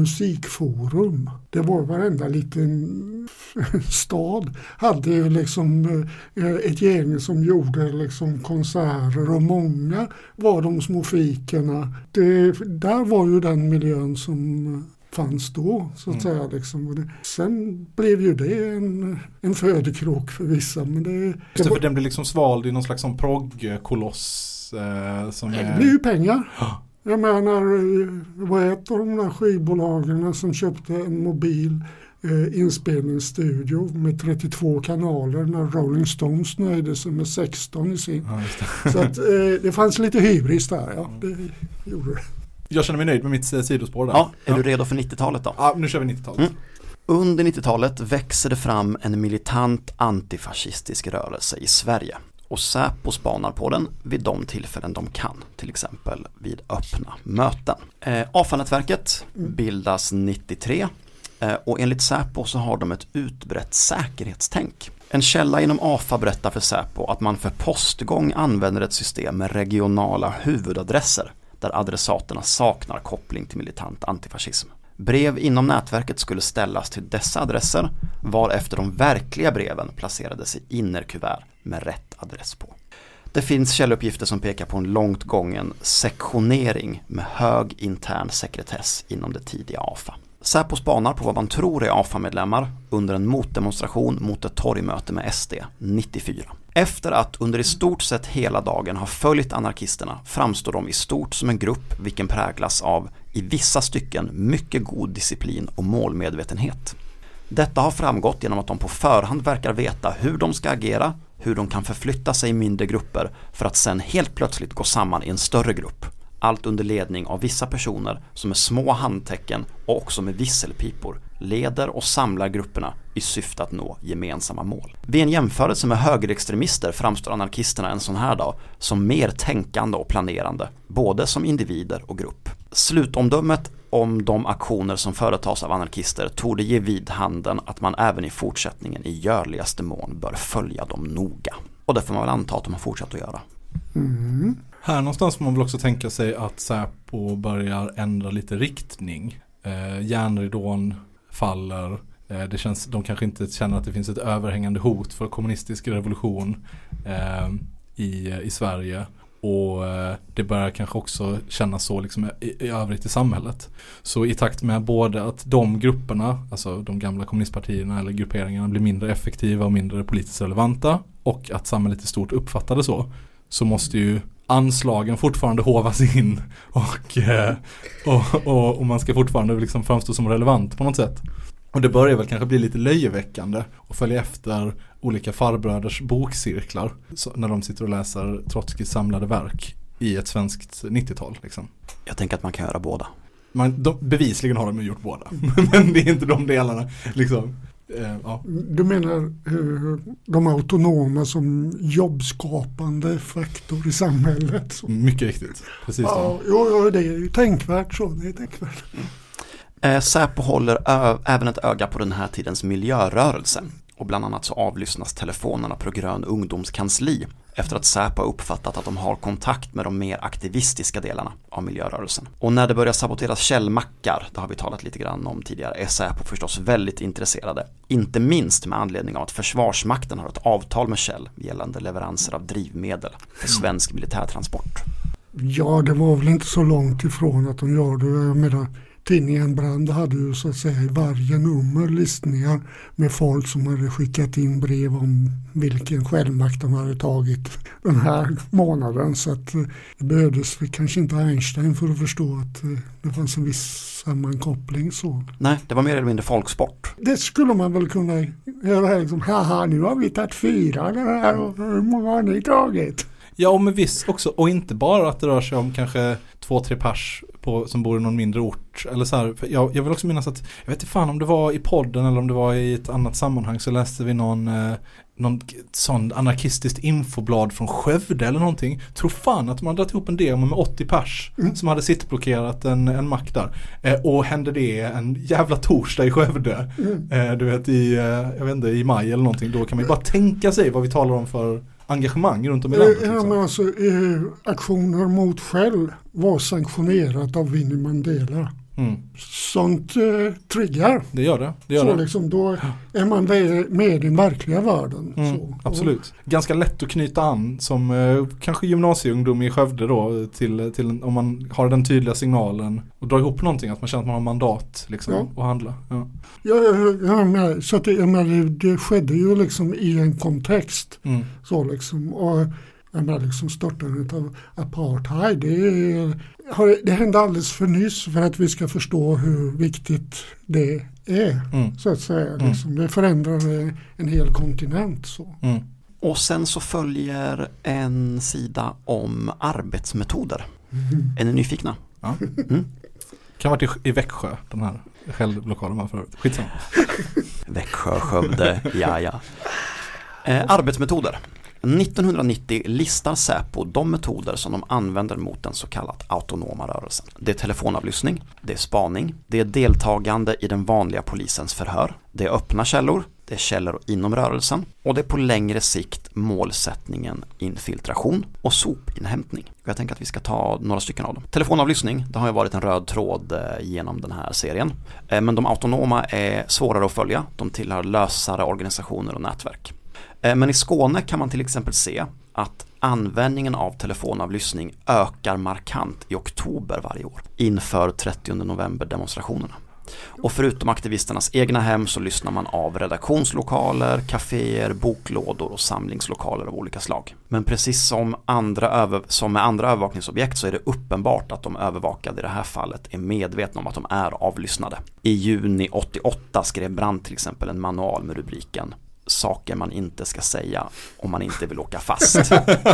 musikforum. Det var varenda liten stad hade ju liksom ett gäng som gjorde liksom konserter och många var de små fikerna. Det, där var ju den miljön som fanns då så att mm. säga liksom. Och det, sen blev ju det en, en födekrok för vissa, men det,
Just det, det var, för den blir liksom svald i någon slags som proggkoloss eh, som
det
är...
blir ju pengar. Jag menar, det var ett av de där skivbolagen som köpte en mobil eh, inspelningsstudio med trettiotvå kanaler när Rolling Stones nöjde sig med sexton i sin. Ja, det. Så att eh, det fanns lite hybris där, ja, det gjorde det.
Jag känner mig nöjd med mitt sidospår där.
Ja, är
ja.
du redo för nittiotalet då?
Ja, nu kör vi nittiotalet. Mm.
Under nittiotalet växer det fram en militant antifascistisk rörelse i Sverige. Och Säpo spanar på den vid de tillfällen de kan, till exempel vid öppna möten. Eh, A F A-nätverket bildas nittiotre eh, och enligt Säpo så har de ett utbrett säkerhetstänk. En källa inom A F A berättar för Säpo att man för postgång använder ett system med regionala huvudadresser där adressaterna saknar koppling till militant antifascism. Brev inom nätverket skulle ställas till dessa adresser varefter de verkliga breven placerades i innerkuvert med rätt adress på. Det finns källuppgifter som pekar på en långt gången sektionering med hög intern sekretess inom det tidiga A F A. Säpo spanar på vad man tror är A F A-medlemmar under en motdemonstration mot ett torgmöte med S D nittiofyra. Efter att under i stort sett hela dagen ha följt anarkisterna framstår de i stort som en grupp vilken präglas av i vissa stycken mycket god disciplin och målmedvetenhet. Detta har framgått genom att de på förhand verkar veta hur de ska agera, hur de kan förflytta sig i mindre grupper för att sen helt plötsligt gå samman i en större grupp. Allt under ledning av vissa personer som med små handtecken och också med visselpipor leder och samlar grupperna i syfte att nå gemensamma mål. Vid en jämförelse med högerextremister framstår anarkisterna en sån här dag som mer tänkande och planerande, både som individer och grupp. Slutomdömet om de aktioner som företas av anarkister torde ge vid handen att man även i fortsättningen i görligaste mån bör följa dem noga. Och det får man väl anta att de har fortsatt att göra.
Mm.
Här någonstans får man väl också tänka sig att Säpo börjar ändra lite riktning. Eh, järnridån faller. Eh, det känns, de kanske inte känner att det finns ett överhängande hot för kommunistisk revolution eh, i, i Sverige. Och eh, det börjar kanske också kännas så liksom i, i övrigt i samhället. Så i takt med både att de grupperna, alltså de gamla kommunistpartierna eller grupperingarna blir mindre effektiva och mindre politiskt relevanta och att samhället i stort uppfattar det så, så måste ju anslagen fortfarande hovas in och, eh, och, och, och man ska fortfarande liksom framstå som relevant på något sätt. Och det börjar väl kanske bli lite löjeväckande och följa efter olika farbröders bokcirklar så, när de sitter och läser Trotskys samlade verk i ett svenskt nittiotal. Liksom.
Jag tänker att man kan göra båda.
Man, de, bevisligen har de gjort båda. Men det är inte de delarna. Liksom. Eh, ja.
Du menar eh, de autonoma som jobbskapande faktor i samhället? Så.
Mycket riktigt. Precis.
Ja, jo, jo, det är ju tänkvärt så. Det är tänkvärt.
Eh, Säpo håller ö- även ett öga på den här tidens miljörörelse. Och bland annat så avlyssnas telefonerna på Grön ungdomskansli efter att Säpo har uppfattat att de har kontakt med de mer aktivistiska delarna av miljörörelsen. Och när det börjar saboteras källmackar, det har vi talat lite grann om tidigare, är Säpo förstås väldigt intresserade. Inte minst med anledning av att Försvarsmakten har ett avtal med Shell gällande leveranser av drivmedel för svensk militärtransport.
Ja, det var väl inte så långt ifrån att de gör det. Jag menar, tidningen Brand hade ju så att säga i varje nummer listningar med folk som hade skickat in brev om vilken självmakt de hade tagit den här månaden. Så att det behövdes kanske inte Einstein för att förstå att det fanns en viss sammankoppling. Så.
Nej, det var mer eller mindre folksport.
Det skulle man väl kunna göra liksom, haha, nu har vi tagit fyra det här och hur många har ni tagit?
Ja, men visst också. Och inte bara att det rör sig om kanske två, tre pers på, som bor i någon mindre ort. Eller så här, för jag, jag vill också minnas att, jag vet inte fan om det var i podden eller om det var i ett annat sammanhang, så läste vi någon, eh, någon sån anarkistiskt infoblad från Skövde eller någonting. Tror fan att man hade dragit ihop en demo med åttio pers mm. som hade sittblockerat en, en mack där. Eh, och hände det en jävla torsdag i Skövde. Mm. Eh, du vet, i, eh, jag vet inte, i maj eller någonting. Då kan man ju bara tänka sig vad vi talar om för engagemang runt om i landet.
Ja, men alltså, eh, aktioner mot Shell var sanktionerat av Winnie Mandela. Mm. Sånt eh, triggar.
Det gör det. det, gör
så
det.
Liksom, då är man med i den verkliga världen.
Mm,
så.
Absolut. Ganska lätt att knyta an som eh, kanske gymnasieungdom i Skövde då, till, till, om man har den tydliga signalen och drar ihop någonting, att man känner att man har mandat liksom, ja. att handla. Ja.
Ja, ja, men, så att det, jag menar, det skedde ju liksom i en kontext. Mm. Så liksom, och jag menar, liksom störtandet av apartheid, det är, det hände alldeles för nyss för att vi ska förstå hur viktigt det är, mm. så att säga. Mm. Liksom. Det förändrade en hel kontinent. Så.
Mm. Och sen så följer en sida om arbetsmetoder. Mm. Är ni nyfikna?
Ja. Mm. Kan ha varit i, i Växjö, de här självlokalen var förut. Skitsamma.
Växjö, Skövde, ja ja. Eh, arbetsmetoder. nittonhundranittio listar Säpo de metoder som de använder mot den så kallat autonoma rörelsen. Det är telefonavlyssning, det är spaning, det är deltagande i den vanliga polisens förhör, det är öppna källor, det är källor inom rörelsen och det är på längre sikt målsättningen infiltration och sopinhämtning. Jag tänker att vi ska ta några stycken av dem. Telefonavlyssning, det har ju varit en röd tråd genom den här serien. Men de autonoma är svårare att följa, de tillhör lösare organisationer och nätverk. Men i Skåne kan man till exempel se att användningen av telefonavlyssning ökar markant i oktober varje år inför trettionde november-demonstrationerna. Och förutom aktivisternas egna hem så lyssnar man av redaktionslokaler, kaféer, boklådor och samlingslokaler av olika slag. Men precis som, andra över, som med andra övervakningsobjekt så är det uppenbart att de övervakade i det här fallet är medvetna om att de är avlyssnade. I juni åttioåtta skrev Brand till exempel en manual med rubriken saker man inte ska säga om man inte vill åka fast.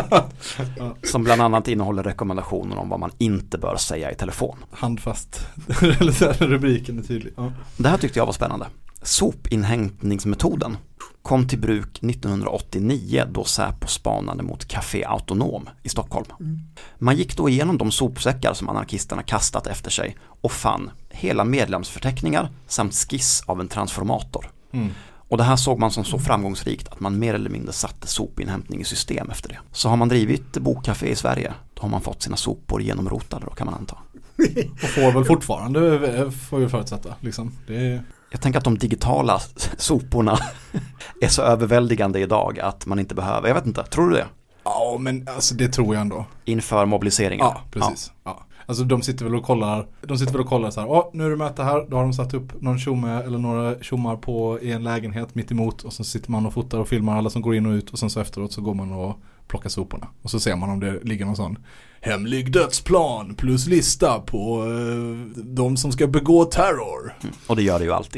Som bland annat innehåller rekommendationer om vad man inte bör säga i telefon.
Handfast. Rubriken är tydlig. Ja.
Det här tyckte jag var spännande. Sopinhämtningsmetoden kom till bruk nittonhundraåttionio då Säpo spanade mot Café Autonom i Stockholm. Mm. Man gick då igenom de sopsäckar som anarkisterna kastat efter sig och fann hela medlemsförteckningar samt skiss av en transformator. Mm. Och det här såg man som så framgångsrikt att man mer eller mindre satte sopinhämtning i system efter det. Så har man drivit bokcafé i Sverige, då har man fått sina sopor genomrotade, då kan man anta.
Och får väl fortfarande, får vi förutsätta. Liksom. Det är...
Jag tänker att de digitala soporna är så överväldigande idag att man inte behöver, jag vet inte, tror du det?
Ja, men alltså det tror jag ändå.
Inför mobiliseringen?
Ja, precis. Ja. Ja. Alltså de sitter väl och kollar, de sitter väl och kollar så här, åh, nu är det möte här, då har de satt upp någon tjomme eller några tjommar på i en lägenhet mitt emot och så sitter man och fotar och filmar alla som går in och ut och sen så efteråt så går man och plockar soporna och så ser man om det ligger någon sån hemlig dödsplan plus lista på uh, de som ska begå terror.
Mm. Och det gör det ju alltid.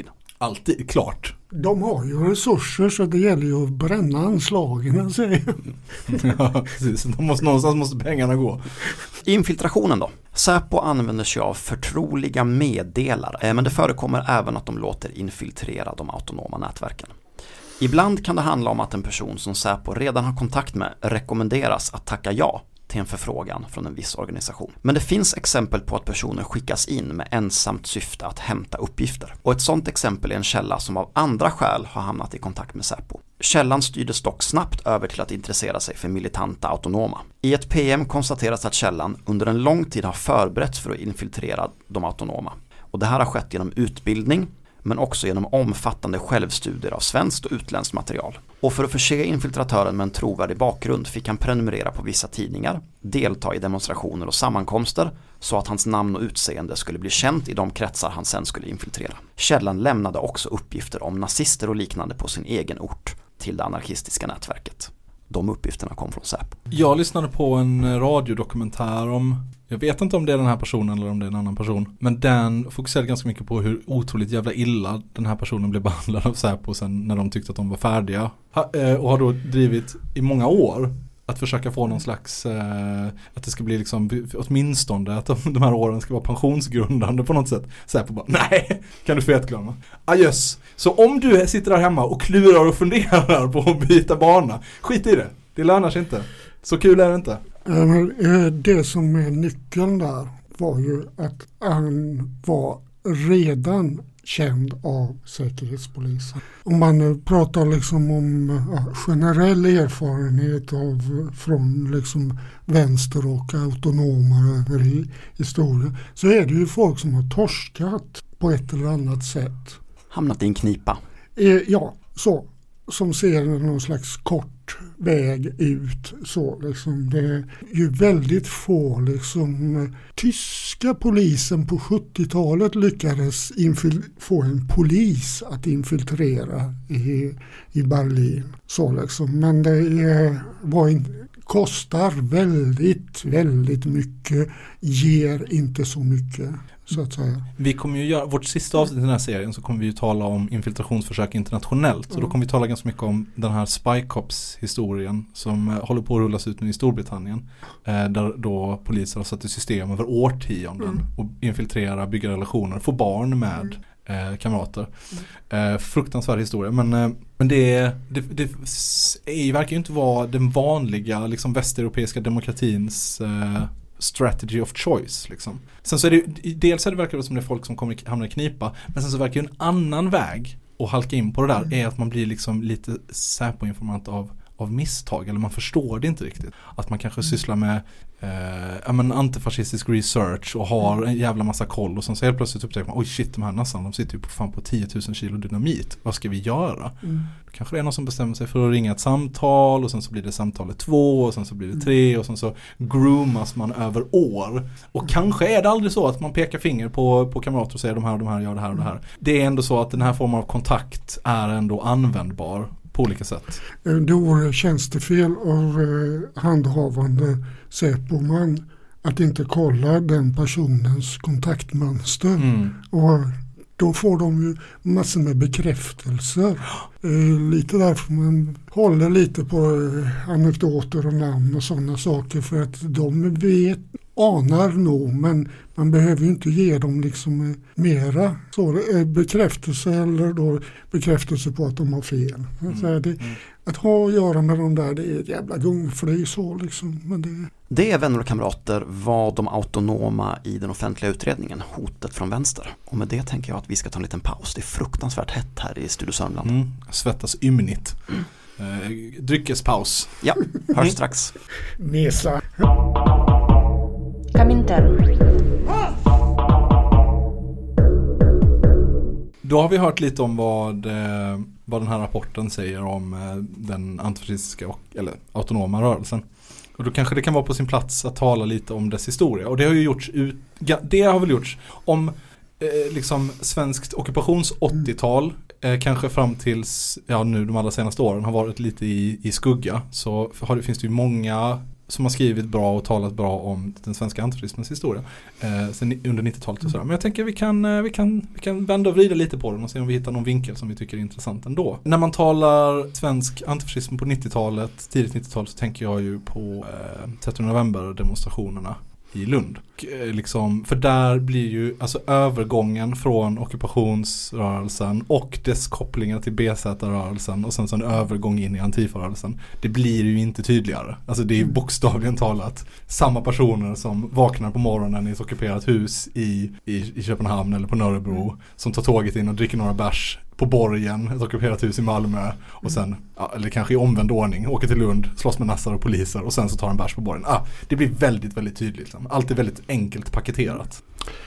Alltid, klart.
De har ju resurser så det gäller ju att bränna anslagen, säger
Ja, precis. De måste, någonstans måste pengarna gå.
Infiltrationen då. Säpo använder sig av förtroliga meddelare, men det förekommer även att de låter infiltrera de autonoma nätverken. Ibland kan det handla om att en person som Säpo redan har kontakt med rekommenderas att tacka ja till en förfrågan från en viss organisation. Men det finns exempel på att personer skickas in med ensamt syfte att hämta uppgifter. Och ett sådant exempel är en källa som av andra skäl har hamnat i kontakt med Säpo. Källan styrdes dock snabbt över till att intressera sig för militanta autonoma. I ett P M konstateras att källan under en lång tid har förberetts för att infiltrera de autonoma. Och det här har skett genom utbildning, men också genom omfattande självstudier av svenskt och utländskt material. Och för att förse infiltratören med en trovärdig bakgrund fick han prenumerera på vissa tidningar, delta i demonstrationer och sammankomster så att hans namn och utseende skulle bli känt i de kretsar han sen skulle infiltrera. Källan lämnade också uppgifter om nazister och liknande på sin egen ort till det anarkistiska nätverket. De uppgifterna kom från Säpo.
Jag lyssnade på en radiodokumentär om, jag vet inte om det är den här personen eller om det är en annan person, men den fokuserade ganska mycket på hur otroligt jävla illa den här personen blev behandlad av Säpo sen när de tyckte att de var färdiga. Ha, eh, och har då drivit i många år att försöka få någon slags, eh, att det ska bli liksom, åtminstone att de, de här åren ska vara pensionsgrundande på något sätt. Säpo bara, nej, kan du fetglömma. Ah, yes. Så om du sitter där hemma och klurar och funderar på att byta bana, skit i det. Det lönar sig inte. Så kul är det inte.
Det som är nyckeln där var ju att han var redan känd av Säkerhetspolisen. Om man pratar liksom om ja, generell erfarenhet av från liksom vänster och autonoma över i historien, så är det ju folk som har torskat på ett eller annat sätt.
Hamnat i en knipa.
Eh, ja, så. Som ser någon slags kort väg ut. Så liksom. Det är ju väldigt få liksom, tyska polisen på sjuttiotalet lyckades infil- få en polis att infiltrera i, i Berlin. Så liksom. Men det är, var in, kostar väldigt, väldigt mycket, ger inte så mycket. Så att säga.
Vi kommer ju göra, vårt sista avsnitt i den här serien så kommer vi ju tala om infiltrationsförsök internationellt. Mm. Så då kommer vi tala ganska mycket om den här Spy Cops-historien som eh, håller på att rullas ut nu i Storbritannien. Eh, där då poliser har satt i system över årtionden mm. och infiltrera, bygga relationer, få barn med eh, kamrater. Mm. Eh, fruktansvärd historia. Men, eh, men det, det, det är, verkar ju inte vara den vanliga liksom, västeuropeiska demokratins... Eh, strategy of choice liksom. Sen så är det dels är det verkar det som det är folk som kommer hamna i knipa, men sen så verkar ju en annan väg att halka in på det där mm. är att man blir liksom lite Säpo-informant av, av misstag, eller man förstår det inte riktigt. Att man kanske mm. sysslar med eh, ja, men antifascistisk research och har en jävla massa koll och sen så helt plötsligt upptäcker man, oj shit, de här nassarna, de sitter ju på, fan på tio tusen kilo dynamit. Vad ska vi göra? Mm. Då kanske det är någon som bestämmer sig för att ringa ett samtal och sen så blir det samtalet två och sen så blir det tre och sen så groomas man över år. Och kanske är det aldrig så att man pekar finger på, på kamrater och säger de här och de här gör det här och det här. Det är ändå så att den här formen av kontakt är ändå användbar på olika sätt.
Det vore tjänstefel av eh, handhavande Säpoman att inte kolla den personens kontaktmönster. Mm. Och då får de ju massor med bekräftelser. Eh, lite därför man håller lite på eh, anekdoter och namn och sådana saker, för att de vet, anar nog, men man behöver ju inte ge dem liksom eh, mera så, eh, bekräftelse eller då bekräftelse på att de har fel. Mm. Så det, mm. Att ha att göra med de där, det är ett jävla gungfly så liksom. Men det...
det är, vänner och kamrater, var de autonoma i den offentliga utredningen, hotet från vänster. Och med det tänker jag att vi ska ta en liten paus. Det är fruktansvärt hett här i Studio Sörmland.
Mm. Svettas ymnigt. Mm. Eh, dryckespaus.
Ja, hörs strax.
Mesa.
Komintern.
Då har vi hört lite om vad, eh, vad den här rapporten säger om eh, den antifascistiska och, eller autonoma rörelsen. Och då kanske det kan vara på sin plats att tala lite om dess historia. Och det har ju gjorts ut, det har väl gjorts om eh, liksom svenskt ockupations åttiotal, eh, kanske fram tills ja, nu de allra senaste åren har varit lite i, i skugga. Så har det, finns det ju många som har skrivit bra och talat bra om den svenska antifascismens historia eh, sen under nittiotalet och sådär. Men jag tänker vi kan, eh, vi, kan, vi kan vända och vrida lite på den och se om vi hittar någon vinkel som vi tycker är intressant ändå. När man talar svensk antifascism på nittiotalet, tidigt nittiotal, så tänker jag ju på eh, trettonde november demonstrationerna i Lund. Liksom, för där blir ju alltså övergången från ockupationsrörelsen och dess kopplingar till B Z-rörelsen och sen så en övergång in i antifarörelsen. Det blir ju inte tydligare. Alltså det är bokstavligen talat samma personer som vaknar på morgonen i ett ockuperat hus i, i, i Köpenhamn eller på Nörrebro som tar tåget in och dricker några bärs på Borgen, ett ockuperat hus i Malmö och sen, ja, eller kanske i omvänd ordning, åker till Lund, slåss med nassar och poliser och sen så tar en bärs på Borgen. Ah, det blir väldigt, väldigt tydligt. Liksom. Allt är väldigt enkelt paketerat.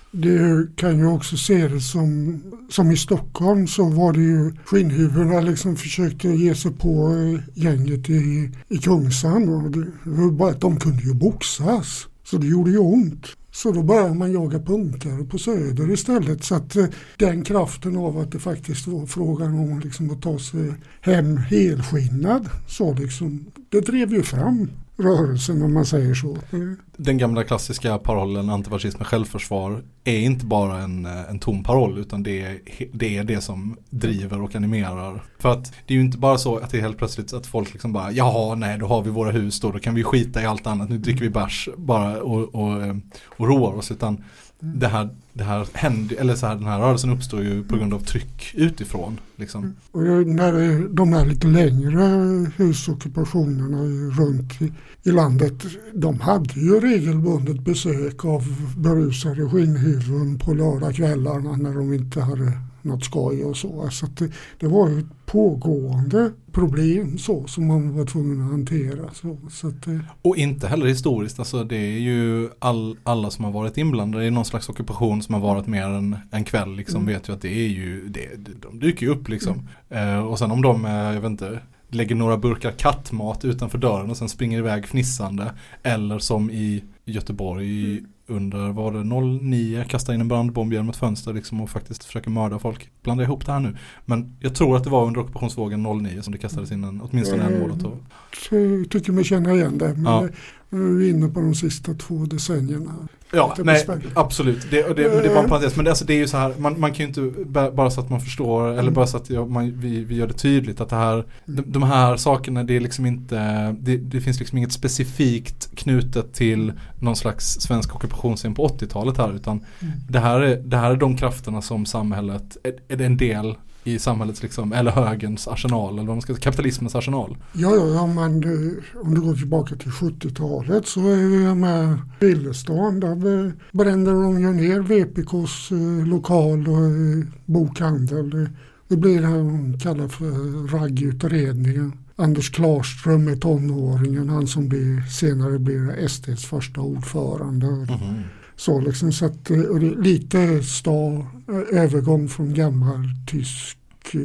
Det kan ju också se det som, som i Stockholm så var det ju skinnhuvudena liksom försökte ge sig på gänget i, i Kungsan och det var bara att de kunde ju boxas. Så det gjorde ju ont. Så då började man jaga punkare på Söder istället. Så att eh, den kraften av att det faktiskt var frågan om liksom, att ta sig hem helskinnad. Så liksom, det drev ju fram rörelsen om man säger så.
Den gamla klassiska parollen antifascism med självförsvar är inte bara en, en tom paroll utan det är, det är det som driver och animerar. För att det är ju inte bara så att det är helt plötsligt att folk liksom bara jaha nej då har vi våra hus då, då kan vi skita i allt annat, nu dricker vi bärs bara och, och, och roar oss, utan det här, det här händer, eller så här, den här rörelsen uppstår ju på grund av tryck utifrån liksom.
Och när de här lite längre husockupationerna runt i, i landet, de hade ju regelbundet besök av berusade skinnhuvuden på lördagskvällarna när de inte hade något skoj och så. Så att det, det var ju ett pågående problem så som man var tvungen att hantera. Så, så att det... Och
inte heller historiskt. Alltså det är ju all, alla som har varit inblandade i någon slags ockupation som har varit mer än en kväll liksom, mm. vet ju att det är ju, det, de dyker ju upp liksom. Mm. Eh, och sen om de, jag vet inte, lägger några burkar kattmat utanför dörren och sen springer iväg fnissande. Eller som i Göteborg mm. under, var det noll nio, kastar in en brandbomb genom ett fönster liksom, och faktiskt försöker mörda folk. Blanda ihop det här nu. Men jag tror att det var under ockupationsvågen noll nio som det kastades in en, åtminstone en molotov.
Jag tycker mig känna igen det. Men ja. Nu är inne på de sista två decennierna.
Ja, nej, absolut. Det, det, det, det är bara en parentes. Men det, alltså, det är ju så här, man, man kan ju inte, bara så att man förstår, mm. eller bara så att jag, man, vi, vi gör det tydligt att det här, de, de här sakerna, det är liksom inte, det, det finns liksom inget specifikt knutet till någon slags svensk ockupationsscen på åttiotalet här, utan mm. det, här är, det här är de krafterna som samhället, är, är det en del i samhällets liksom, eller högerns arsenal, eller vad man ska säga, kapitalismens arsenal.
Ja, ja, ja men om du går tillbaka till sjuttiotalet så är vi med Billestan, där brände de ju ner V P K:s eh, lokal och eh, bokhandel. Det, det blir det man kallar för raggutredningen. Anders Klarström är tonåringen, han som blir, senare blir S D:s första ordförande. Mm-hmm. Så liksom, så att, och det, lite sta, övergång från gammal tysk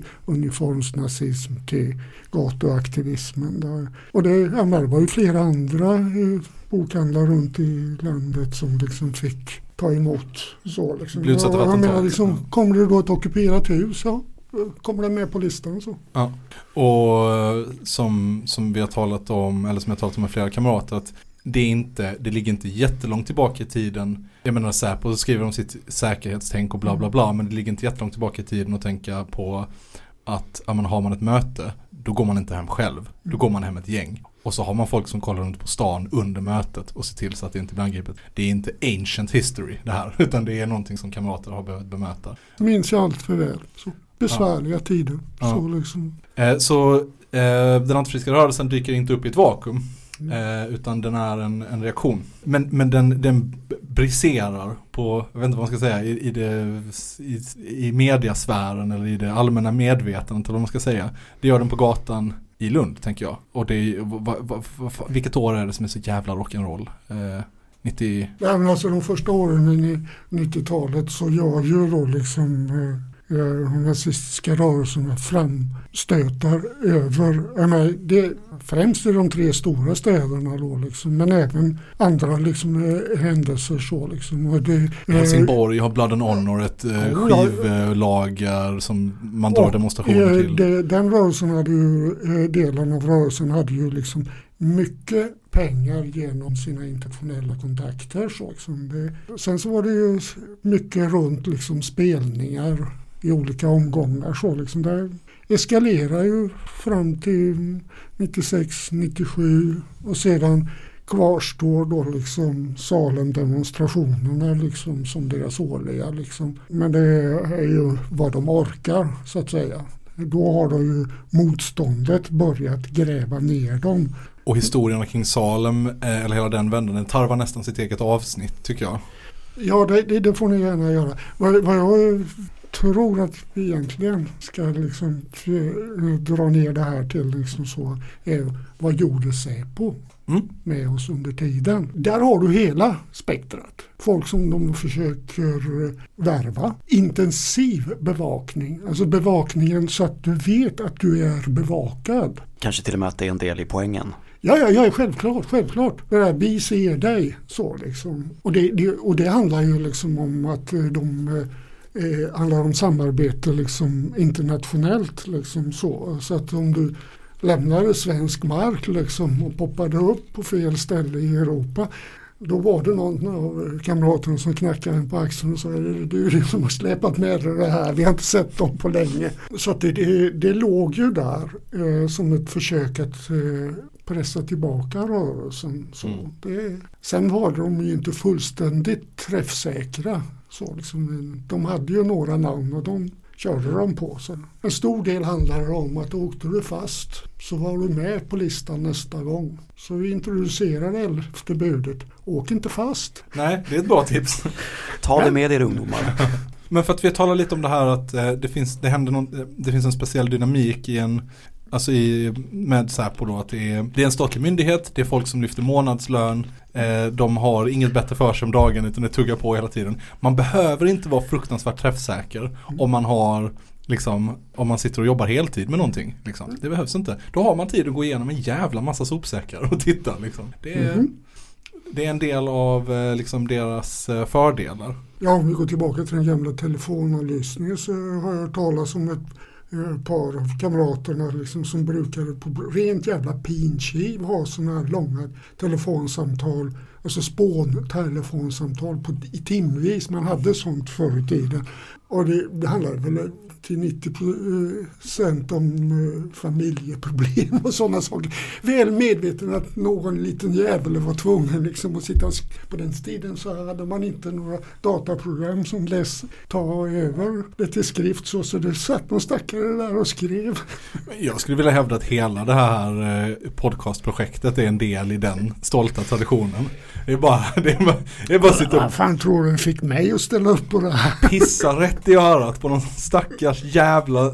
uniformsnazism till gatuaktivismen. Där. Och det, ja, det var ju flera andra eh, bokhandlar runt i landet som liksom fick ta emot. Så liksom. Ja, jag menar, liksom, kommer det då ett ockuperat hus? Ja. Kommer det med på listan så.
Ja. Och som, som vi har talat om, eller som jag har talat om med flera kamrater, att det är inte, det ligger inte jättelångt tillbaka i tiden. Jag menar Säpo så skriver de sitt säkerhetstänk och bla bla bla, men det ligger inte jättelångt tillbaka i tiden att tänka på att ja, man har man ett möte, då går man inte hem själv, då går man hem ett gäng. Och så har man folk som kollar runt på stan under mötet och ser till så att det inte blir angripet. Det är inte ancient history det här, utan det är någonting som kamrater har behövt bemöta.
Det minns jag allt för väl. Så besvärliga ja. tider.
Ja.
Så, liksom.
eh, så eh, den antifascistiska rörelsen dyker inte upp i ett vakuum. Eh, utan den är en, en reaktion. Men, men den, den briserar på, jag vet inte vad man ska säga, i, i, det, i, i mediasfären eller i det allmänna medvetandet eller vad man ska säga. Det gör den på gatan i Lund, tänker jag. Och det är, va, va, va, vilket år är det som är så jävla rock'n'roll? Eh, nittio...
Ja, men alltså de första åren i nittiotalet så gör ju då liksom de nazistiska rörelserna framstötar över, jag menar, det, främst i de tre stora städerna då liksom, men även andra liksom, händelser så liksom. Och det,
Helsingborg har Blood and Honor, ett eh, skivlager som man drar demonstrationer till.
Det, den rörelsen hade ju, delen av rörelsen hade ju liksom mycket pengar genom sina internationella kontakter. Så liksom det. Sen så var det ju mycket runt liksom spelningar i olika omgångar. Så liksom det eskalerar ju fram till nittiosex nittiosju och sedan kvarstår då liksom Salem-demonstrationerna liksom som deras årliga. Liksom. Men det är ju vad de orkar så att säga. Då har då ju motståndet börjat gräva ner dem.
Och historierna kring Salem, eller hela den vändan, den tarvar nästan sitt eget avsnitt tycker jag.
Ja, det, det, det får ni gärna göra. Vad, vad jag tror att vi egentligen ska liksom dra ner det här till liksom så är vad gjorde Säpo mm. med oss under tiden. Där har du hela spektrat. Folk som de försöker värva. Intensiv bevakning. Alltså bevakningen så att du vet att du är bevakad.
Kanske till och med att det är en del i poängen.
Ja, ja, ja, självklart, självklart. Det där, vi ser dig så liksom. Och det, det, och det handlar ju liksom om att de eh, handlar om samarbete liksom internationellt liksom så. Så att om du lämnade svensk mark liksom och poppade upp på fel ställe i Europa, då var det någon av kamraterna som knackade en på axeln och sa du är det som har släpat med det här, vi har inte sett dem på länge. Så att det, det, det låg ju där eh, som ett försök att eh, pressa tillbaka rörelsen. Så mm. det, sen var de ju inte fullständigt träffsäkra. Så liksom, de hade ju några namn och de körde de på sig. En stor del handlar om att åkte du fast så var du med på listan nästa gång. Så vi introducerade elfte budet. Åk inte fast.
Nej, det är ett bra tips.
Ta det med er ungdomar.
Men för att vi talar lite om det här att eh, det, finns, det, händer någon, det finns en speciell dynamik i en, alltså i, med Säpo då, att det är, det är en statlig myndighet, det är folk som lyfter månadslön, eh, de har inget bättre för sig om dagen utan det tuggar på hela tiden. Man behöver inte vara fruktansvärt träffsäker mm. om man har liksom, om man sitter och jobbar heltid med någonting liksom. Det behövs inte. Då har man tid att gå igenom en jävla massa sopsäckar och titta liksom. Det är, mm. det är en del av eh, liksom deras eh, fördelar.
Ja, om vi går tillbaka till den gamla telefonavlyssningen så har jag hört talas om ett ett par av kamraterna liksom, som brukade på rent jävla pinchiv ha sådana här långa telefonsamtal, alltså spåntelefonsamtal på, i timvis. Man hade sånt förr i tiden. Och det, det handlade väl till nittio procent om uh, familjeproblem och sådana saker. Väl medveten att någon liten jävel var tvungen liksom att sitta och sk- på den tiden så hade man inte några dataprogram som läs ta över det till skrift så, så det satt någon stackare där och skrev.
Jag skulle vilja hävda att hela det här eh, podcastprojektet är en del i den stolta traditionen. Det är bara det är bara, det är bara sitta och...
Vad fan tror du fick mig att ställa upp på det här?
Pissa rätt i örat på någon stackars jävla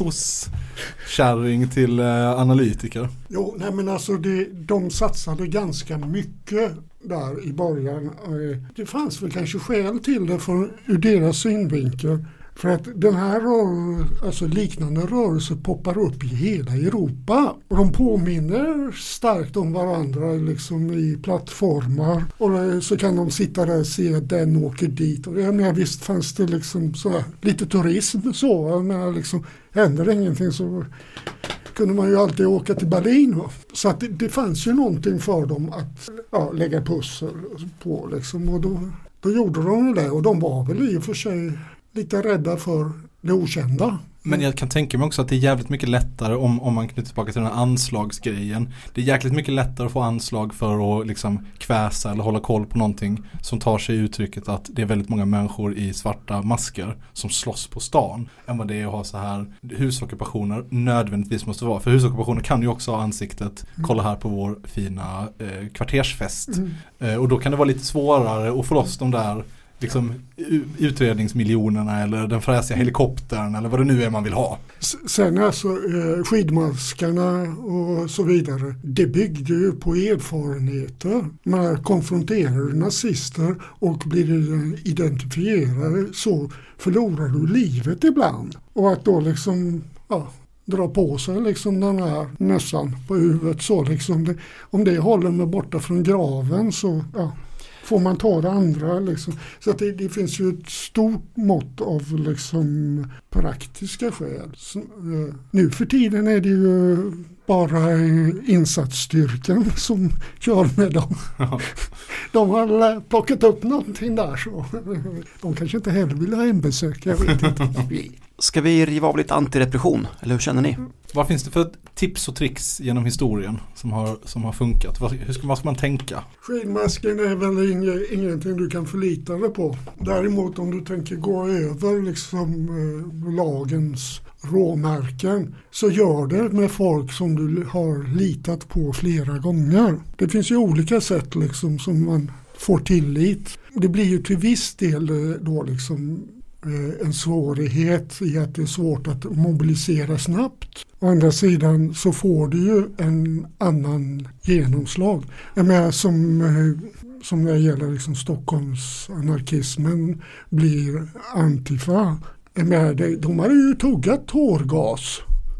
soc-kärring till eh, analytiker.
Jo, nej men alltså det, de satsade ganska mycket där i början. Det fanns väl kanske skäl till det för, ur deras synvinkel. För att den här rör, alltså liknande rörelser poppar upp i hela Europa. Och de påminner starkt om varandra liksom i plattformar. Och så kan de sitta där och se att den åker dit. Och jag menar, visst fanns det liksom så, lite turism så. Jag menar, liksom, händer det ingenting så kunde man ju alltid åka till Berlin. Va? Så att det, det fanns ju någonting för dem att ja, lägga pussel på. Liksom. Och då, då gjorde de det. Och de var väl i och för sig lite rädda för det okända.
Men jag kan tänka mig också att det är jävligt mycket lättare om, om man knyter tillbaka till den här anslagsgrejen. Det är jäkligt mycket lättare att få anslag för att liksom kväsa eller hålla koll på någonting som tar sig uttrycket att det är väldigt många människor i svarta masker som slåss på stan än vad det är att ha så här husockupationer nödvändigtvis måste vara. För husockupationer kan ju också ha ansiktet, mm. kolla här på vår fina eh, kvartersfest. Mm. Eh, och då kan det vara lite svårare att få loss de där liksom utredningsmiljonerna eller den fräsiga helikoptern eller vad det nu är man vill ha.
Sen alltså eh, skidmaskarna och så vidare, det byggde ju på erfarenheter. Man konfronterar nazister och blir identifierade, så förlorar du livet ibland. Och att då liksom, ja, dra på sig liksom den här mössan på huvudet så liksom, det, om det håller mig borta från graven så, ja, får man ta det andra liksom. Så att det, det finns ju ett stort mått av liksom praktiska skäl. Så, eh, nu för tiden är det ju bara insatsstyrkan som kör med dem. Ja. De har plockat upp någonting där så. De kanske inte heller vill ha en besök, jag vet inte.
Ska vi riva av lite antirepression, eller hur känner ni?
Vad finns det för tips och tricks genom historien som har, som har funkat? Vad, hur ska, vad ska man tänka?
Skidmasken är väl inge, ingenting du kan förlita dig på. Däremot om du tänker gå över liksom, eh, lagens råmärken, så gör det med folk som du har litat på flera gånger. Det finns ju olika sätt liksom, som man får tillit. Det blir ju till viss del då liksom en svårighet i att det är svårt att mobilisera snabbt. Å andra sidan så får du ju en annan genomslag. Jag menar, som, som när det gäller liksom Stockholms anarkismen blir Antifa. Jag menar, de hade ju tuggat tårgas.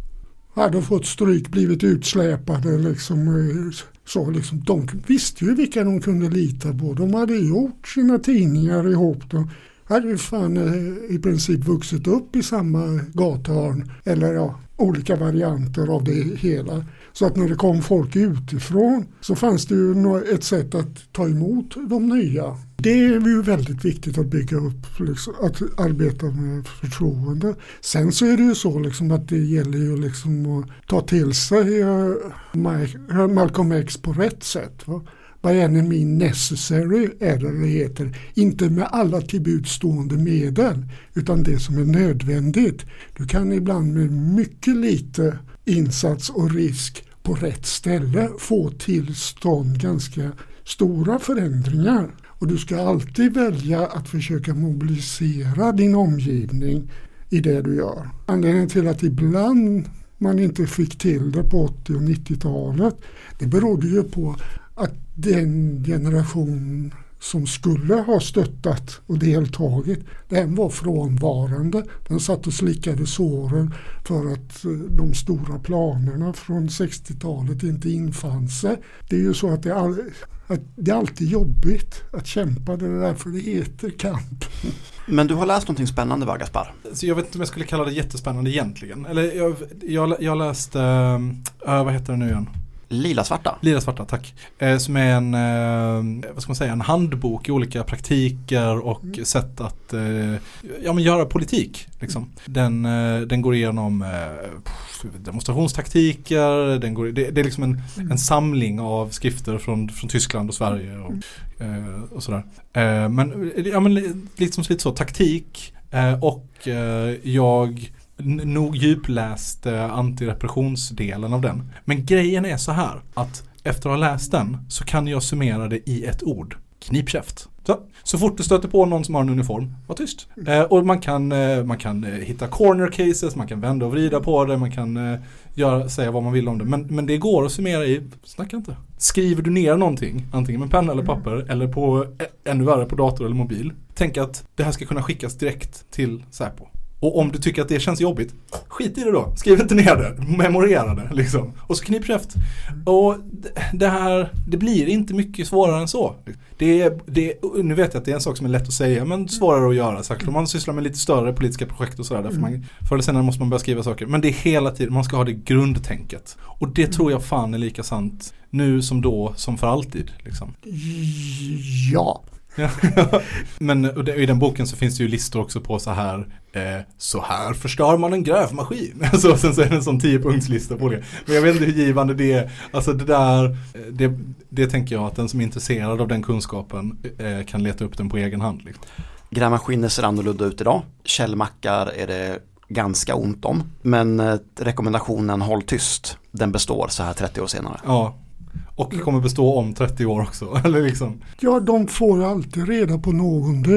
Hade fått stryk, blivit utsläpade liksom, så liksom, de visste ju vilka de kunde lita på. De hade gjort sina tidningar ihop. De hade ju fan i princip vuxit upp i samma gathörn eller ja, olika varianter av det hela. Så att när det kom folk utifrån så fanns det ju ett sätt att ta emot de nya. Det är ju väldigt viktigt att bygga upp, liksom, att arbeta med förtroende. Sen så är det ju så liksom, att det gäller ju liksom att ta till sig uh, Malcolm X på rätt sätt. Va? By any means necessary är det det heter. Inte med alla tillbudstående medel, utan det som är nödvändigt. Du kan ibland med mycket lite insats och risk på rätt ställe få till stånd ganska stora förändringar. Och du ska alltid välja att försöka mobilisera din omgivning i det du gör. Anledningen till att ibland man inte fick till det på åttio- och nittiotalet, det berodde ju på att den generation som skulle ha stöttat och deltagit, den var frånvarande. Den satt och slickade såren för att de stora planerna från sextiotalet inte infann sig. Det är ju så att det, all, att det är alltid jobbigt att kämpa, det är därför det heter kamp.
Men du har läst någonting spännande, va, Gaspar?
Så jag vet inte om jag skulle kalla det jättespännande egentligen. Eller jag, jag, jag läste, äh, vad heter det nu igen?
Lila svarta.
Lila svarta, tack. Eh, som är en, eh, vad ska man säga, en handbok i olika praktiker och mm. sätt att eh, ja, men göra politik. Liksom. Den, eh, den går igenom eh, demonstrationstaktiker, den går, det, det är liksom en, mm. en samling av skrifter från, från Tyskland och Sverige och, eh, och sådär. Eh, men ja, men liksom lite så, taktik eh, och eh, jag nog djupläst eh, antirepressionsdelen av den. Men grejen är så här, att efter att ha läst den så kan jag summera det i ett ord. Knipkäft. Så, så fort du stöter på någon som har en uniform, var tyst. Eh, och man kan, eh, man kan eh, hitta corner cases, man kan vända och vrida på det, man kan eh, göra, säga vad man vill om det. Men, men det går att summera i, snacka inte. Skriver du ner någonting, antingen med penna eller papper, eller på, eh, ännu värre på dator eller mobil. Tänk att det här ska kunna skickas direkt till Säpo. Och om du tycker att det känns jobbigt, skit i det då. Skriv inte ner det, memorera det liksom. Och så knipkäft. Och det här, det blir inte mycket svårare än så. Det är, det är, nu vet jag att det är en sak som är lätt att säga, men svårare att göra. Särskilt om man sysslar med lite större politiska projekt och sådär. Därför man, förr eller senare måste man börja skriva saker. Men det är hela tiden, man ska ha det grundtänket. Och det tror jag fan är lika sant nu som då, som för alltid. Liksom.
Ja.
Men i den boken så finns det ju listor också på så här eh, så här förstör man en grävmaskin. Alltså, sen så är det en sån tio-punktslista på det. Men jag vet inte hur givande det är. Alltså det där, det, det tänker jag att den som är intresserad av den kunskapen eh, kan leta upp den på egen hand. Liksom.
Grävmaskiner ser annorlunda ut idag. Källmackar är det ganska ont om. Men eh, rekommendationen håll tyst, den består så här trettio år senare.
Ja. Och kommer bestå om trettio år också. Eller liksom.
Ja, de får alltid reda på någonting.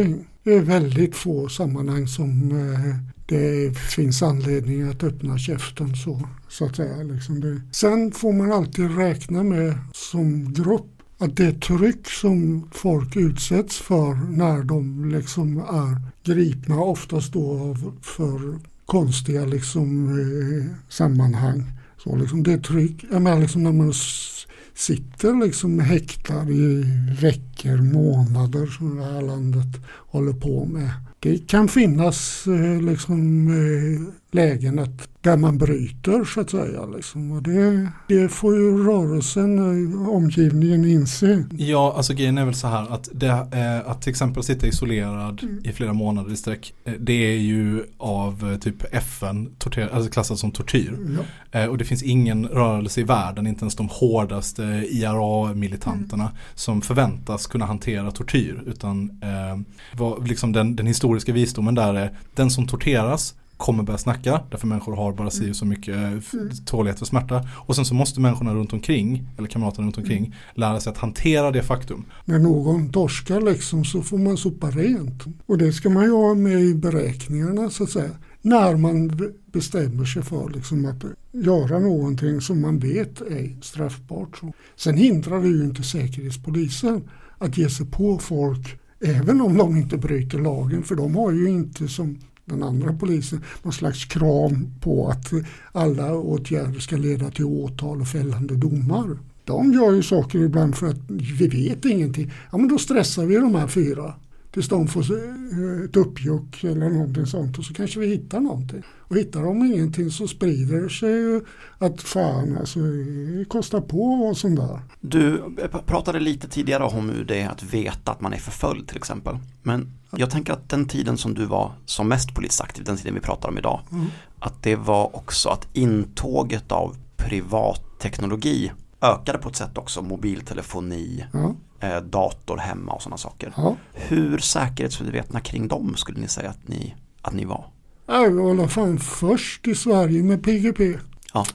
är väldigt få sammanhang som eh, det finns anledning att öppna käften så, så att säga. Liksom det. Sen får man alltid räkna med som grupp att det tryck som folk utsätts för när de liksom är gripna, oftast då av för konstiga liksom, eh, sammanhang. Så liksom det tryck, jag menar liksom när man s- sitter liksom häktad i veckor, månader som det här landet håller på med. Det kan finnas eh, liksom, eh, lägen att där man bryter så att säga. Liksom. Och det, det får ju rörelsen, eh, omgivningen inse.
Ja, alltså grejen är väl så här att, det, eh, att till exempel sitta isolerad mm. i flera månader i sträck, eh, det är ju av eh, typ F N torter, alltså klassat som tortyr. Ja. Eh, och det finns ingen rörelse i världen, inte ens de hårdaste I R A-militanterna mm. som förväntas kunna hantera tortyr. Utan eh, vad, liksom den, den historiska visdomen där är den som torteras kommer börja snacka, därför människor har bara sig så mycket mm. tålighet och smärta. Och sen så måste människorna runt omkring, eller kamraterna runt omkring, mm. lära sig att hantera det faktum.
När någon torskar liksom så får man sopa rent. Och det ska man ju ha med i beräkningarna så att säga. När man bestämmer sig för liksom att göra någonting som man vet är straffbart. Sen hindrar det ju inte säkerhetspolisen att ge sig på folk även om de inte bryter lagen. För de har ju inte som den andra polisen någon slags krav på att alla åtgärder ska leda till åtal och fällande domar. De gör ju saker ibland för att vi vet ingenting. Ja, men då stressar vi de här fyra tills de får ett uppjuck eller någonting sånt, och så kanske vi hittar någonting. Och hittar de ingenting så sprider det sig ju att fan, alltså det kostar på och sånt där.
Du pratade lite tidigare om hur det är att veta att man är förföljd till exempel. Men jag tänker att den tiden som du var som mest polisaktiv, den tiden vi pratar om idag, mm. att det var också att intåget av privatteknologi ökade på ett sätt också, mobiltelefoni, ja. eh, dator hemma och sådana saker. Ja. Hur säkerhetsmedvetna kring dem skulle ni säga att ni, att ni var?
Jag var i alla fall först i Sverige med P G P.
Ja.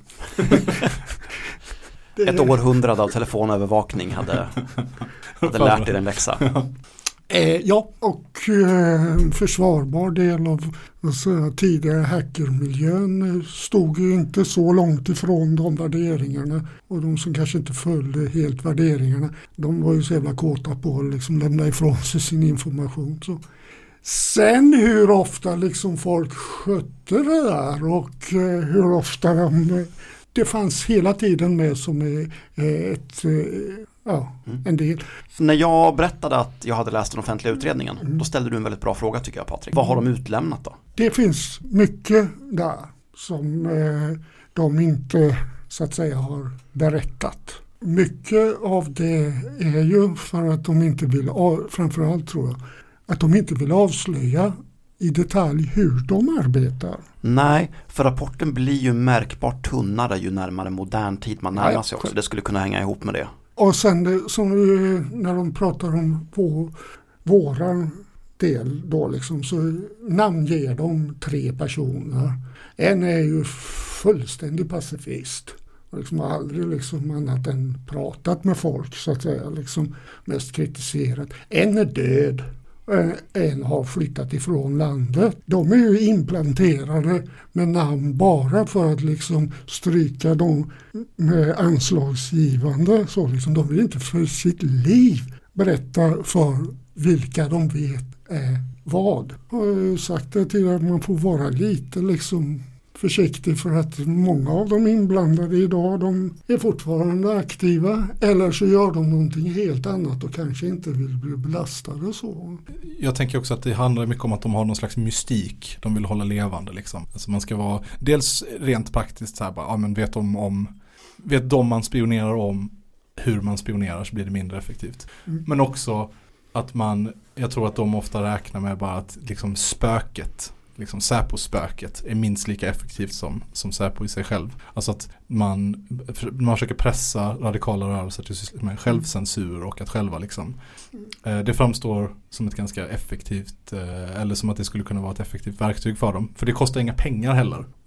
Ett århundrade av telefonövervakning hade, hade lärt er en läxa.
Ja. Eh, ja, och eh, en försvarbar del av alltså, tidigare hackermiljön stod ju inte så långt ifrån de värderingarna. Och de som kanske inte följde helt värderingarna, de var ju så jävla kåta på att liksom lämna ifrån sig sin information. Så. Sen hur ofta liksom folk skötte det där och eh, hur ofta de... Det fanns hela tiden med som ett, ja, en del.
När jag berättade att jag hade läst den offentliga utredningen, mm. då ställde du en väldigt bra fråga tycker jag, Patrik. Vad har de utlämnat då?
Det finns mycket där som eh, de inte så att säga har berättat. Mycket av det är ju för att de inte vill, framförallt tror jag, att de inte vill avslöja i detalj hur de arbetar.
Nej, för rapporten blir ju märkbart tunnare ju närmare modern tid man närmar ja, sig också. Det skulle kunna hänga ihop med det.
Och sen det, som när de pratar om på våran del då liksom, så namnger de tre personer. En är ju fullständig pacifist. Och liksom aldrig liksom annat än pratat med folk så att säga. Liksom mest kritiserat. En är död. En har flyttat ifrån landet. De är ju implanterade med namn bara för att liksom stryka dem med anslagsgivande. Så liksom, de vill inte för sitt liv berätta för vilka de vet är vad. Jag har ju sagt det till att man får vara lite liksom försiktig för att många av de inblandade idag, de är fortfarande aktiva eller så gör de någonting helt annat och kanske inte vill bli belastade så.
Jag tänker också att det handlar mycket om att de har någon slags mystik de vill hålla levande liksom. Alltså man ska vara dels rent praktiskt så här bara, ja men vet de om vet de man spionerar om hur man spionerar så blir det mindre effektivt. Mm. Men också att man, jag tror att de ofta räknar med bara att liksom spöket liksom Säpo-spöket är minst lika effektivt som, som Säpo i sig själv. Alltså att man, man försöker pressa radikala rörelser till med självcensur och att själva liksom eh, det framstår som ett ganska effektivt eh, eller som att det skulle kunna vara ett effektivt verktyg för dem. För det kostar inga pengar heller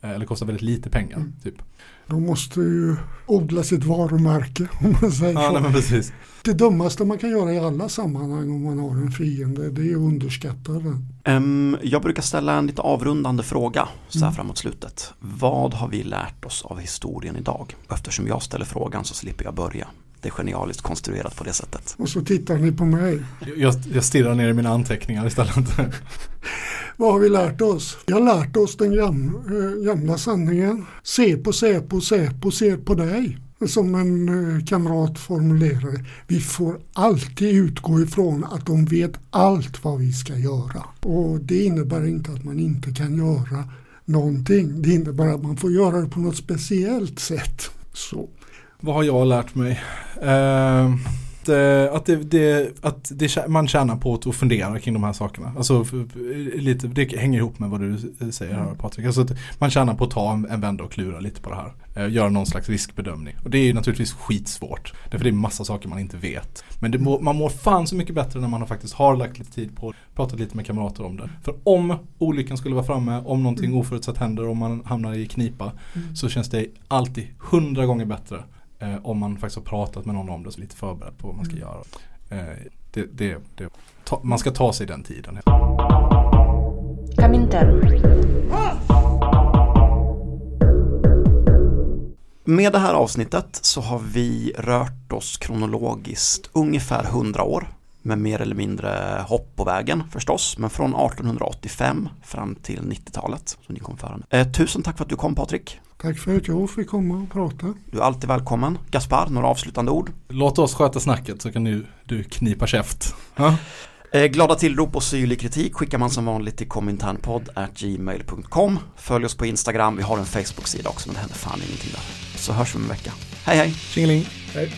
Eller kostar väldigt lite pengar,
Mm.
typ.
De måste ju odla sitt varumärke, om man säger
Ja,
så.
nej, men precis.
Det dummaste man kan göra i alla sammanhang om man har en fiende, det är att underskatta den.
Um, jag brukar ställa en lite avrundande fråga så här
Mm.
framåt slutet. Vad har vi lärt oss av historien idag? Eftersom jag ställer frågan så slipper jag börja. Det är genialiskt konstruerat på det sättet.
Och så tittar ni på mig.
Jag, jag stirrar ner i mina anteckningar istället.
Vad har vi lärt oss? Vi har lärt oss den gamla, äh, gamla sanningen. Se på Säpo, Säpo ser på dig. Som en äh, kamrat formulerade. Vi får alltid utgå ifrån att de vet allt vad vi ska göra. Och det innebär inte att man inte kan göra någonting. Det innebär att man får göra det på något speciellt sätt. Så.
Vad har jag lärt mig? Uh, det, att det, det, att det, man tjänar på att fundera kring de här sakerna. Alltså, lite, det hänger ihop med vad du säger här, Patrik. Alltså, att man tjänar på att ta en, en vända och klura lite på det här. Uh, göra någon slags riskbedömning. Och det är ju naturligtvis skitsvårt. Därför det är massa saker man inte vet. Men det må, man mår fan så mycket bättre när man har faktiskt har lagt lite tid på att prata lite med kamrater om det. För om olyckan skulle vara framme, om någonting oförutsett händer, om man hamnar i knipa, mm. så känns det alltid hundra gånger bättre. Eh, om man faktiskt har pratat med någon om det så lite förberedd på vad man ska mm. göra. Eh, det, det, det, ta, man ska ta sig den tiden.
Komintern.
Med det här avsnittet så har vi rört oss kronologiskt ungefär hundra år. Med mer eller mindre hopp på vägen förstås. Men från arton åttiofem fram till nittiotalet. Så ni kom förande. Eh, tusen tack för att du kom, Patrik.
Tack för att jag fick komma och prata.
Du är alltid välkommen. Gaspar, några avslutande ord?
Låt oss sköta snacket så kan du, du knipa käft. Ha?
Eh, glada tillrop och syrlig kritik skickar man som vanligt till kominternpodd at gmail punkt com. Följ oss på Instagram, vi har en Facebook-sida också, men det händer fan ingenting där. Så hörs vi om en vecka. Hej hej!
Tjingeling! Hej!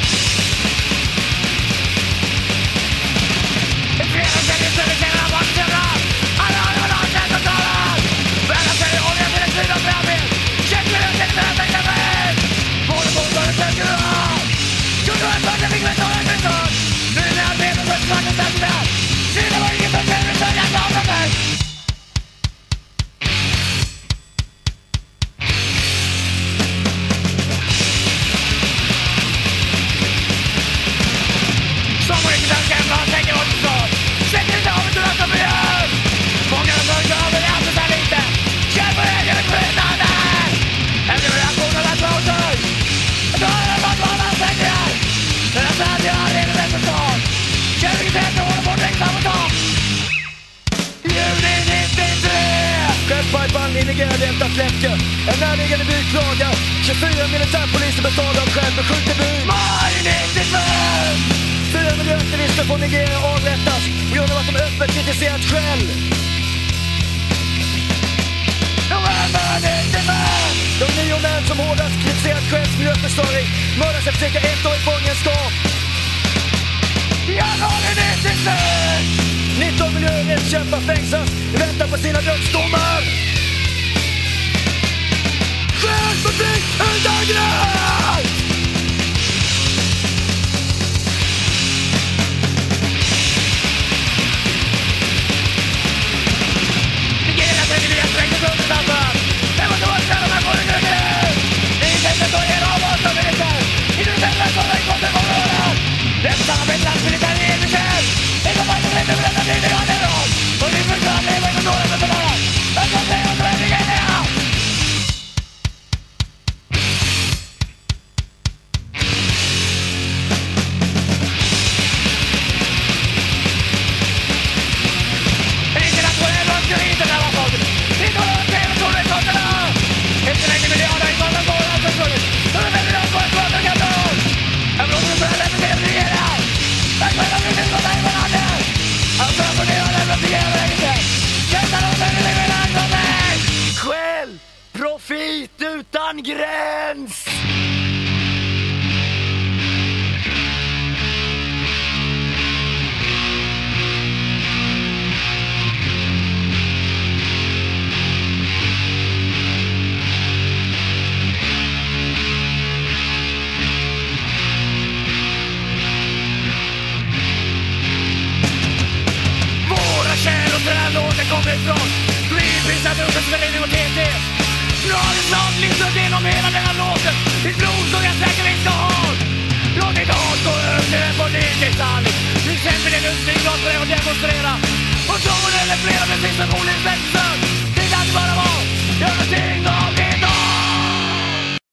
En närliggande by klagar tjugofyra militärpoliser betalade av själv och skjuter byn. Maj nittiofem! Fyra miljöaktivister från Nigeria avrättas på grund av att de öppet kritiserat Shell. November nittiofem! De nio män som hårdast kritiserat Shells miljöförstöring mördas efter cirka ett år i fångenskap. Januari nittiosex! nitton miljörättskämpar fängslas i väntan på sina dödsdomar. Självpolitik utan gräns! Nigeria trettiofyra sprängde grundetappen. Det var då att ställa mig på den gröna. Ni tänkte så er av oss som militär. Inte du tänkte så länge kom det på rören. Det är samarbetslands militär i Edvardsen. Det går bara till rätt över detta tid i handen råd. Och ni förstår att leva i kontrollen med förlora. Jag kan säga att det är Nigeria. Profit utan gräns! Våra källor till den låten kommer ifrån Greenpeace, Naturskyddsföreningen och T T. Nu har det snart lyssnat genom hela denna låten. Ditt blod som jag säkert inte ska ha. Låt ditt hat gå under en politisk sanning. Till exempel en utsträckning för att demonstrera. Och tar eller flera med sista polens växel.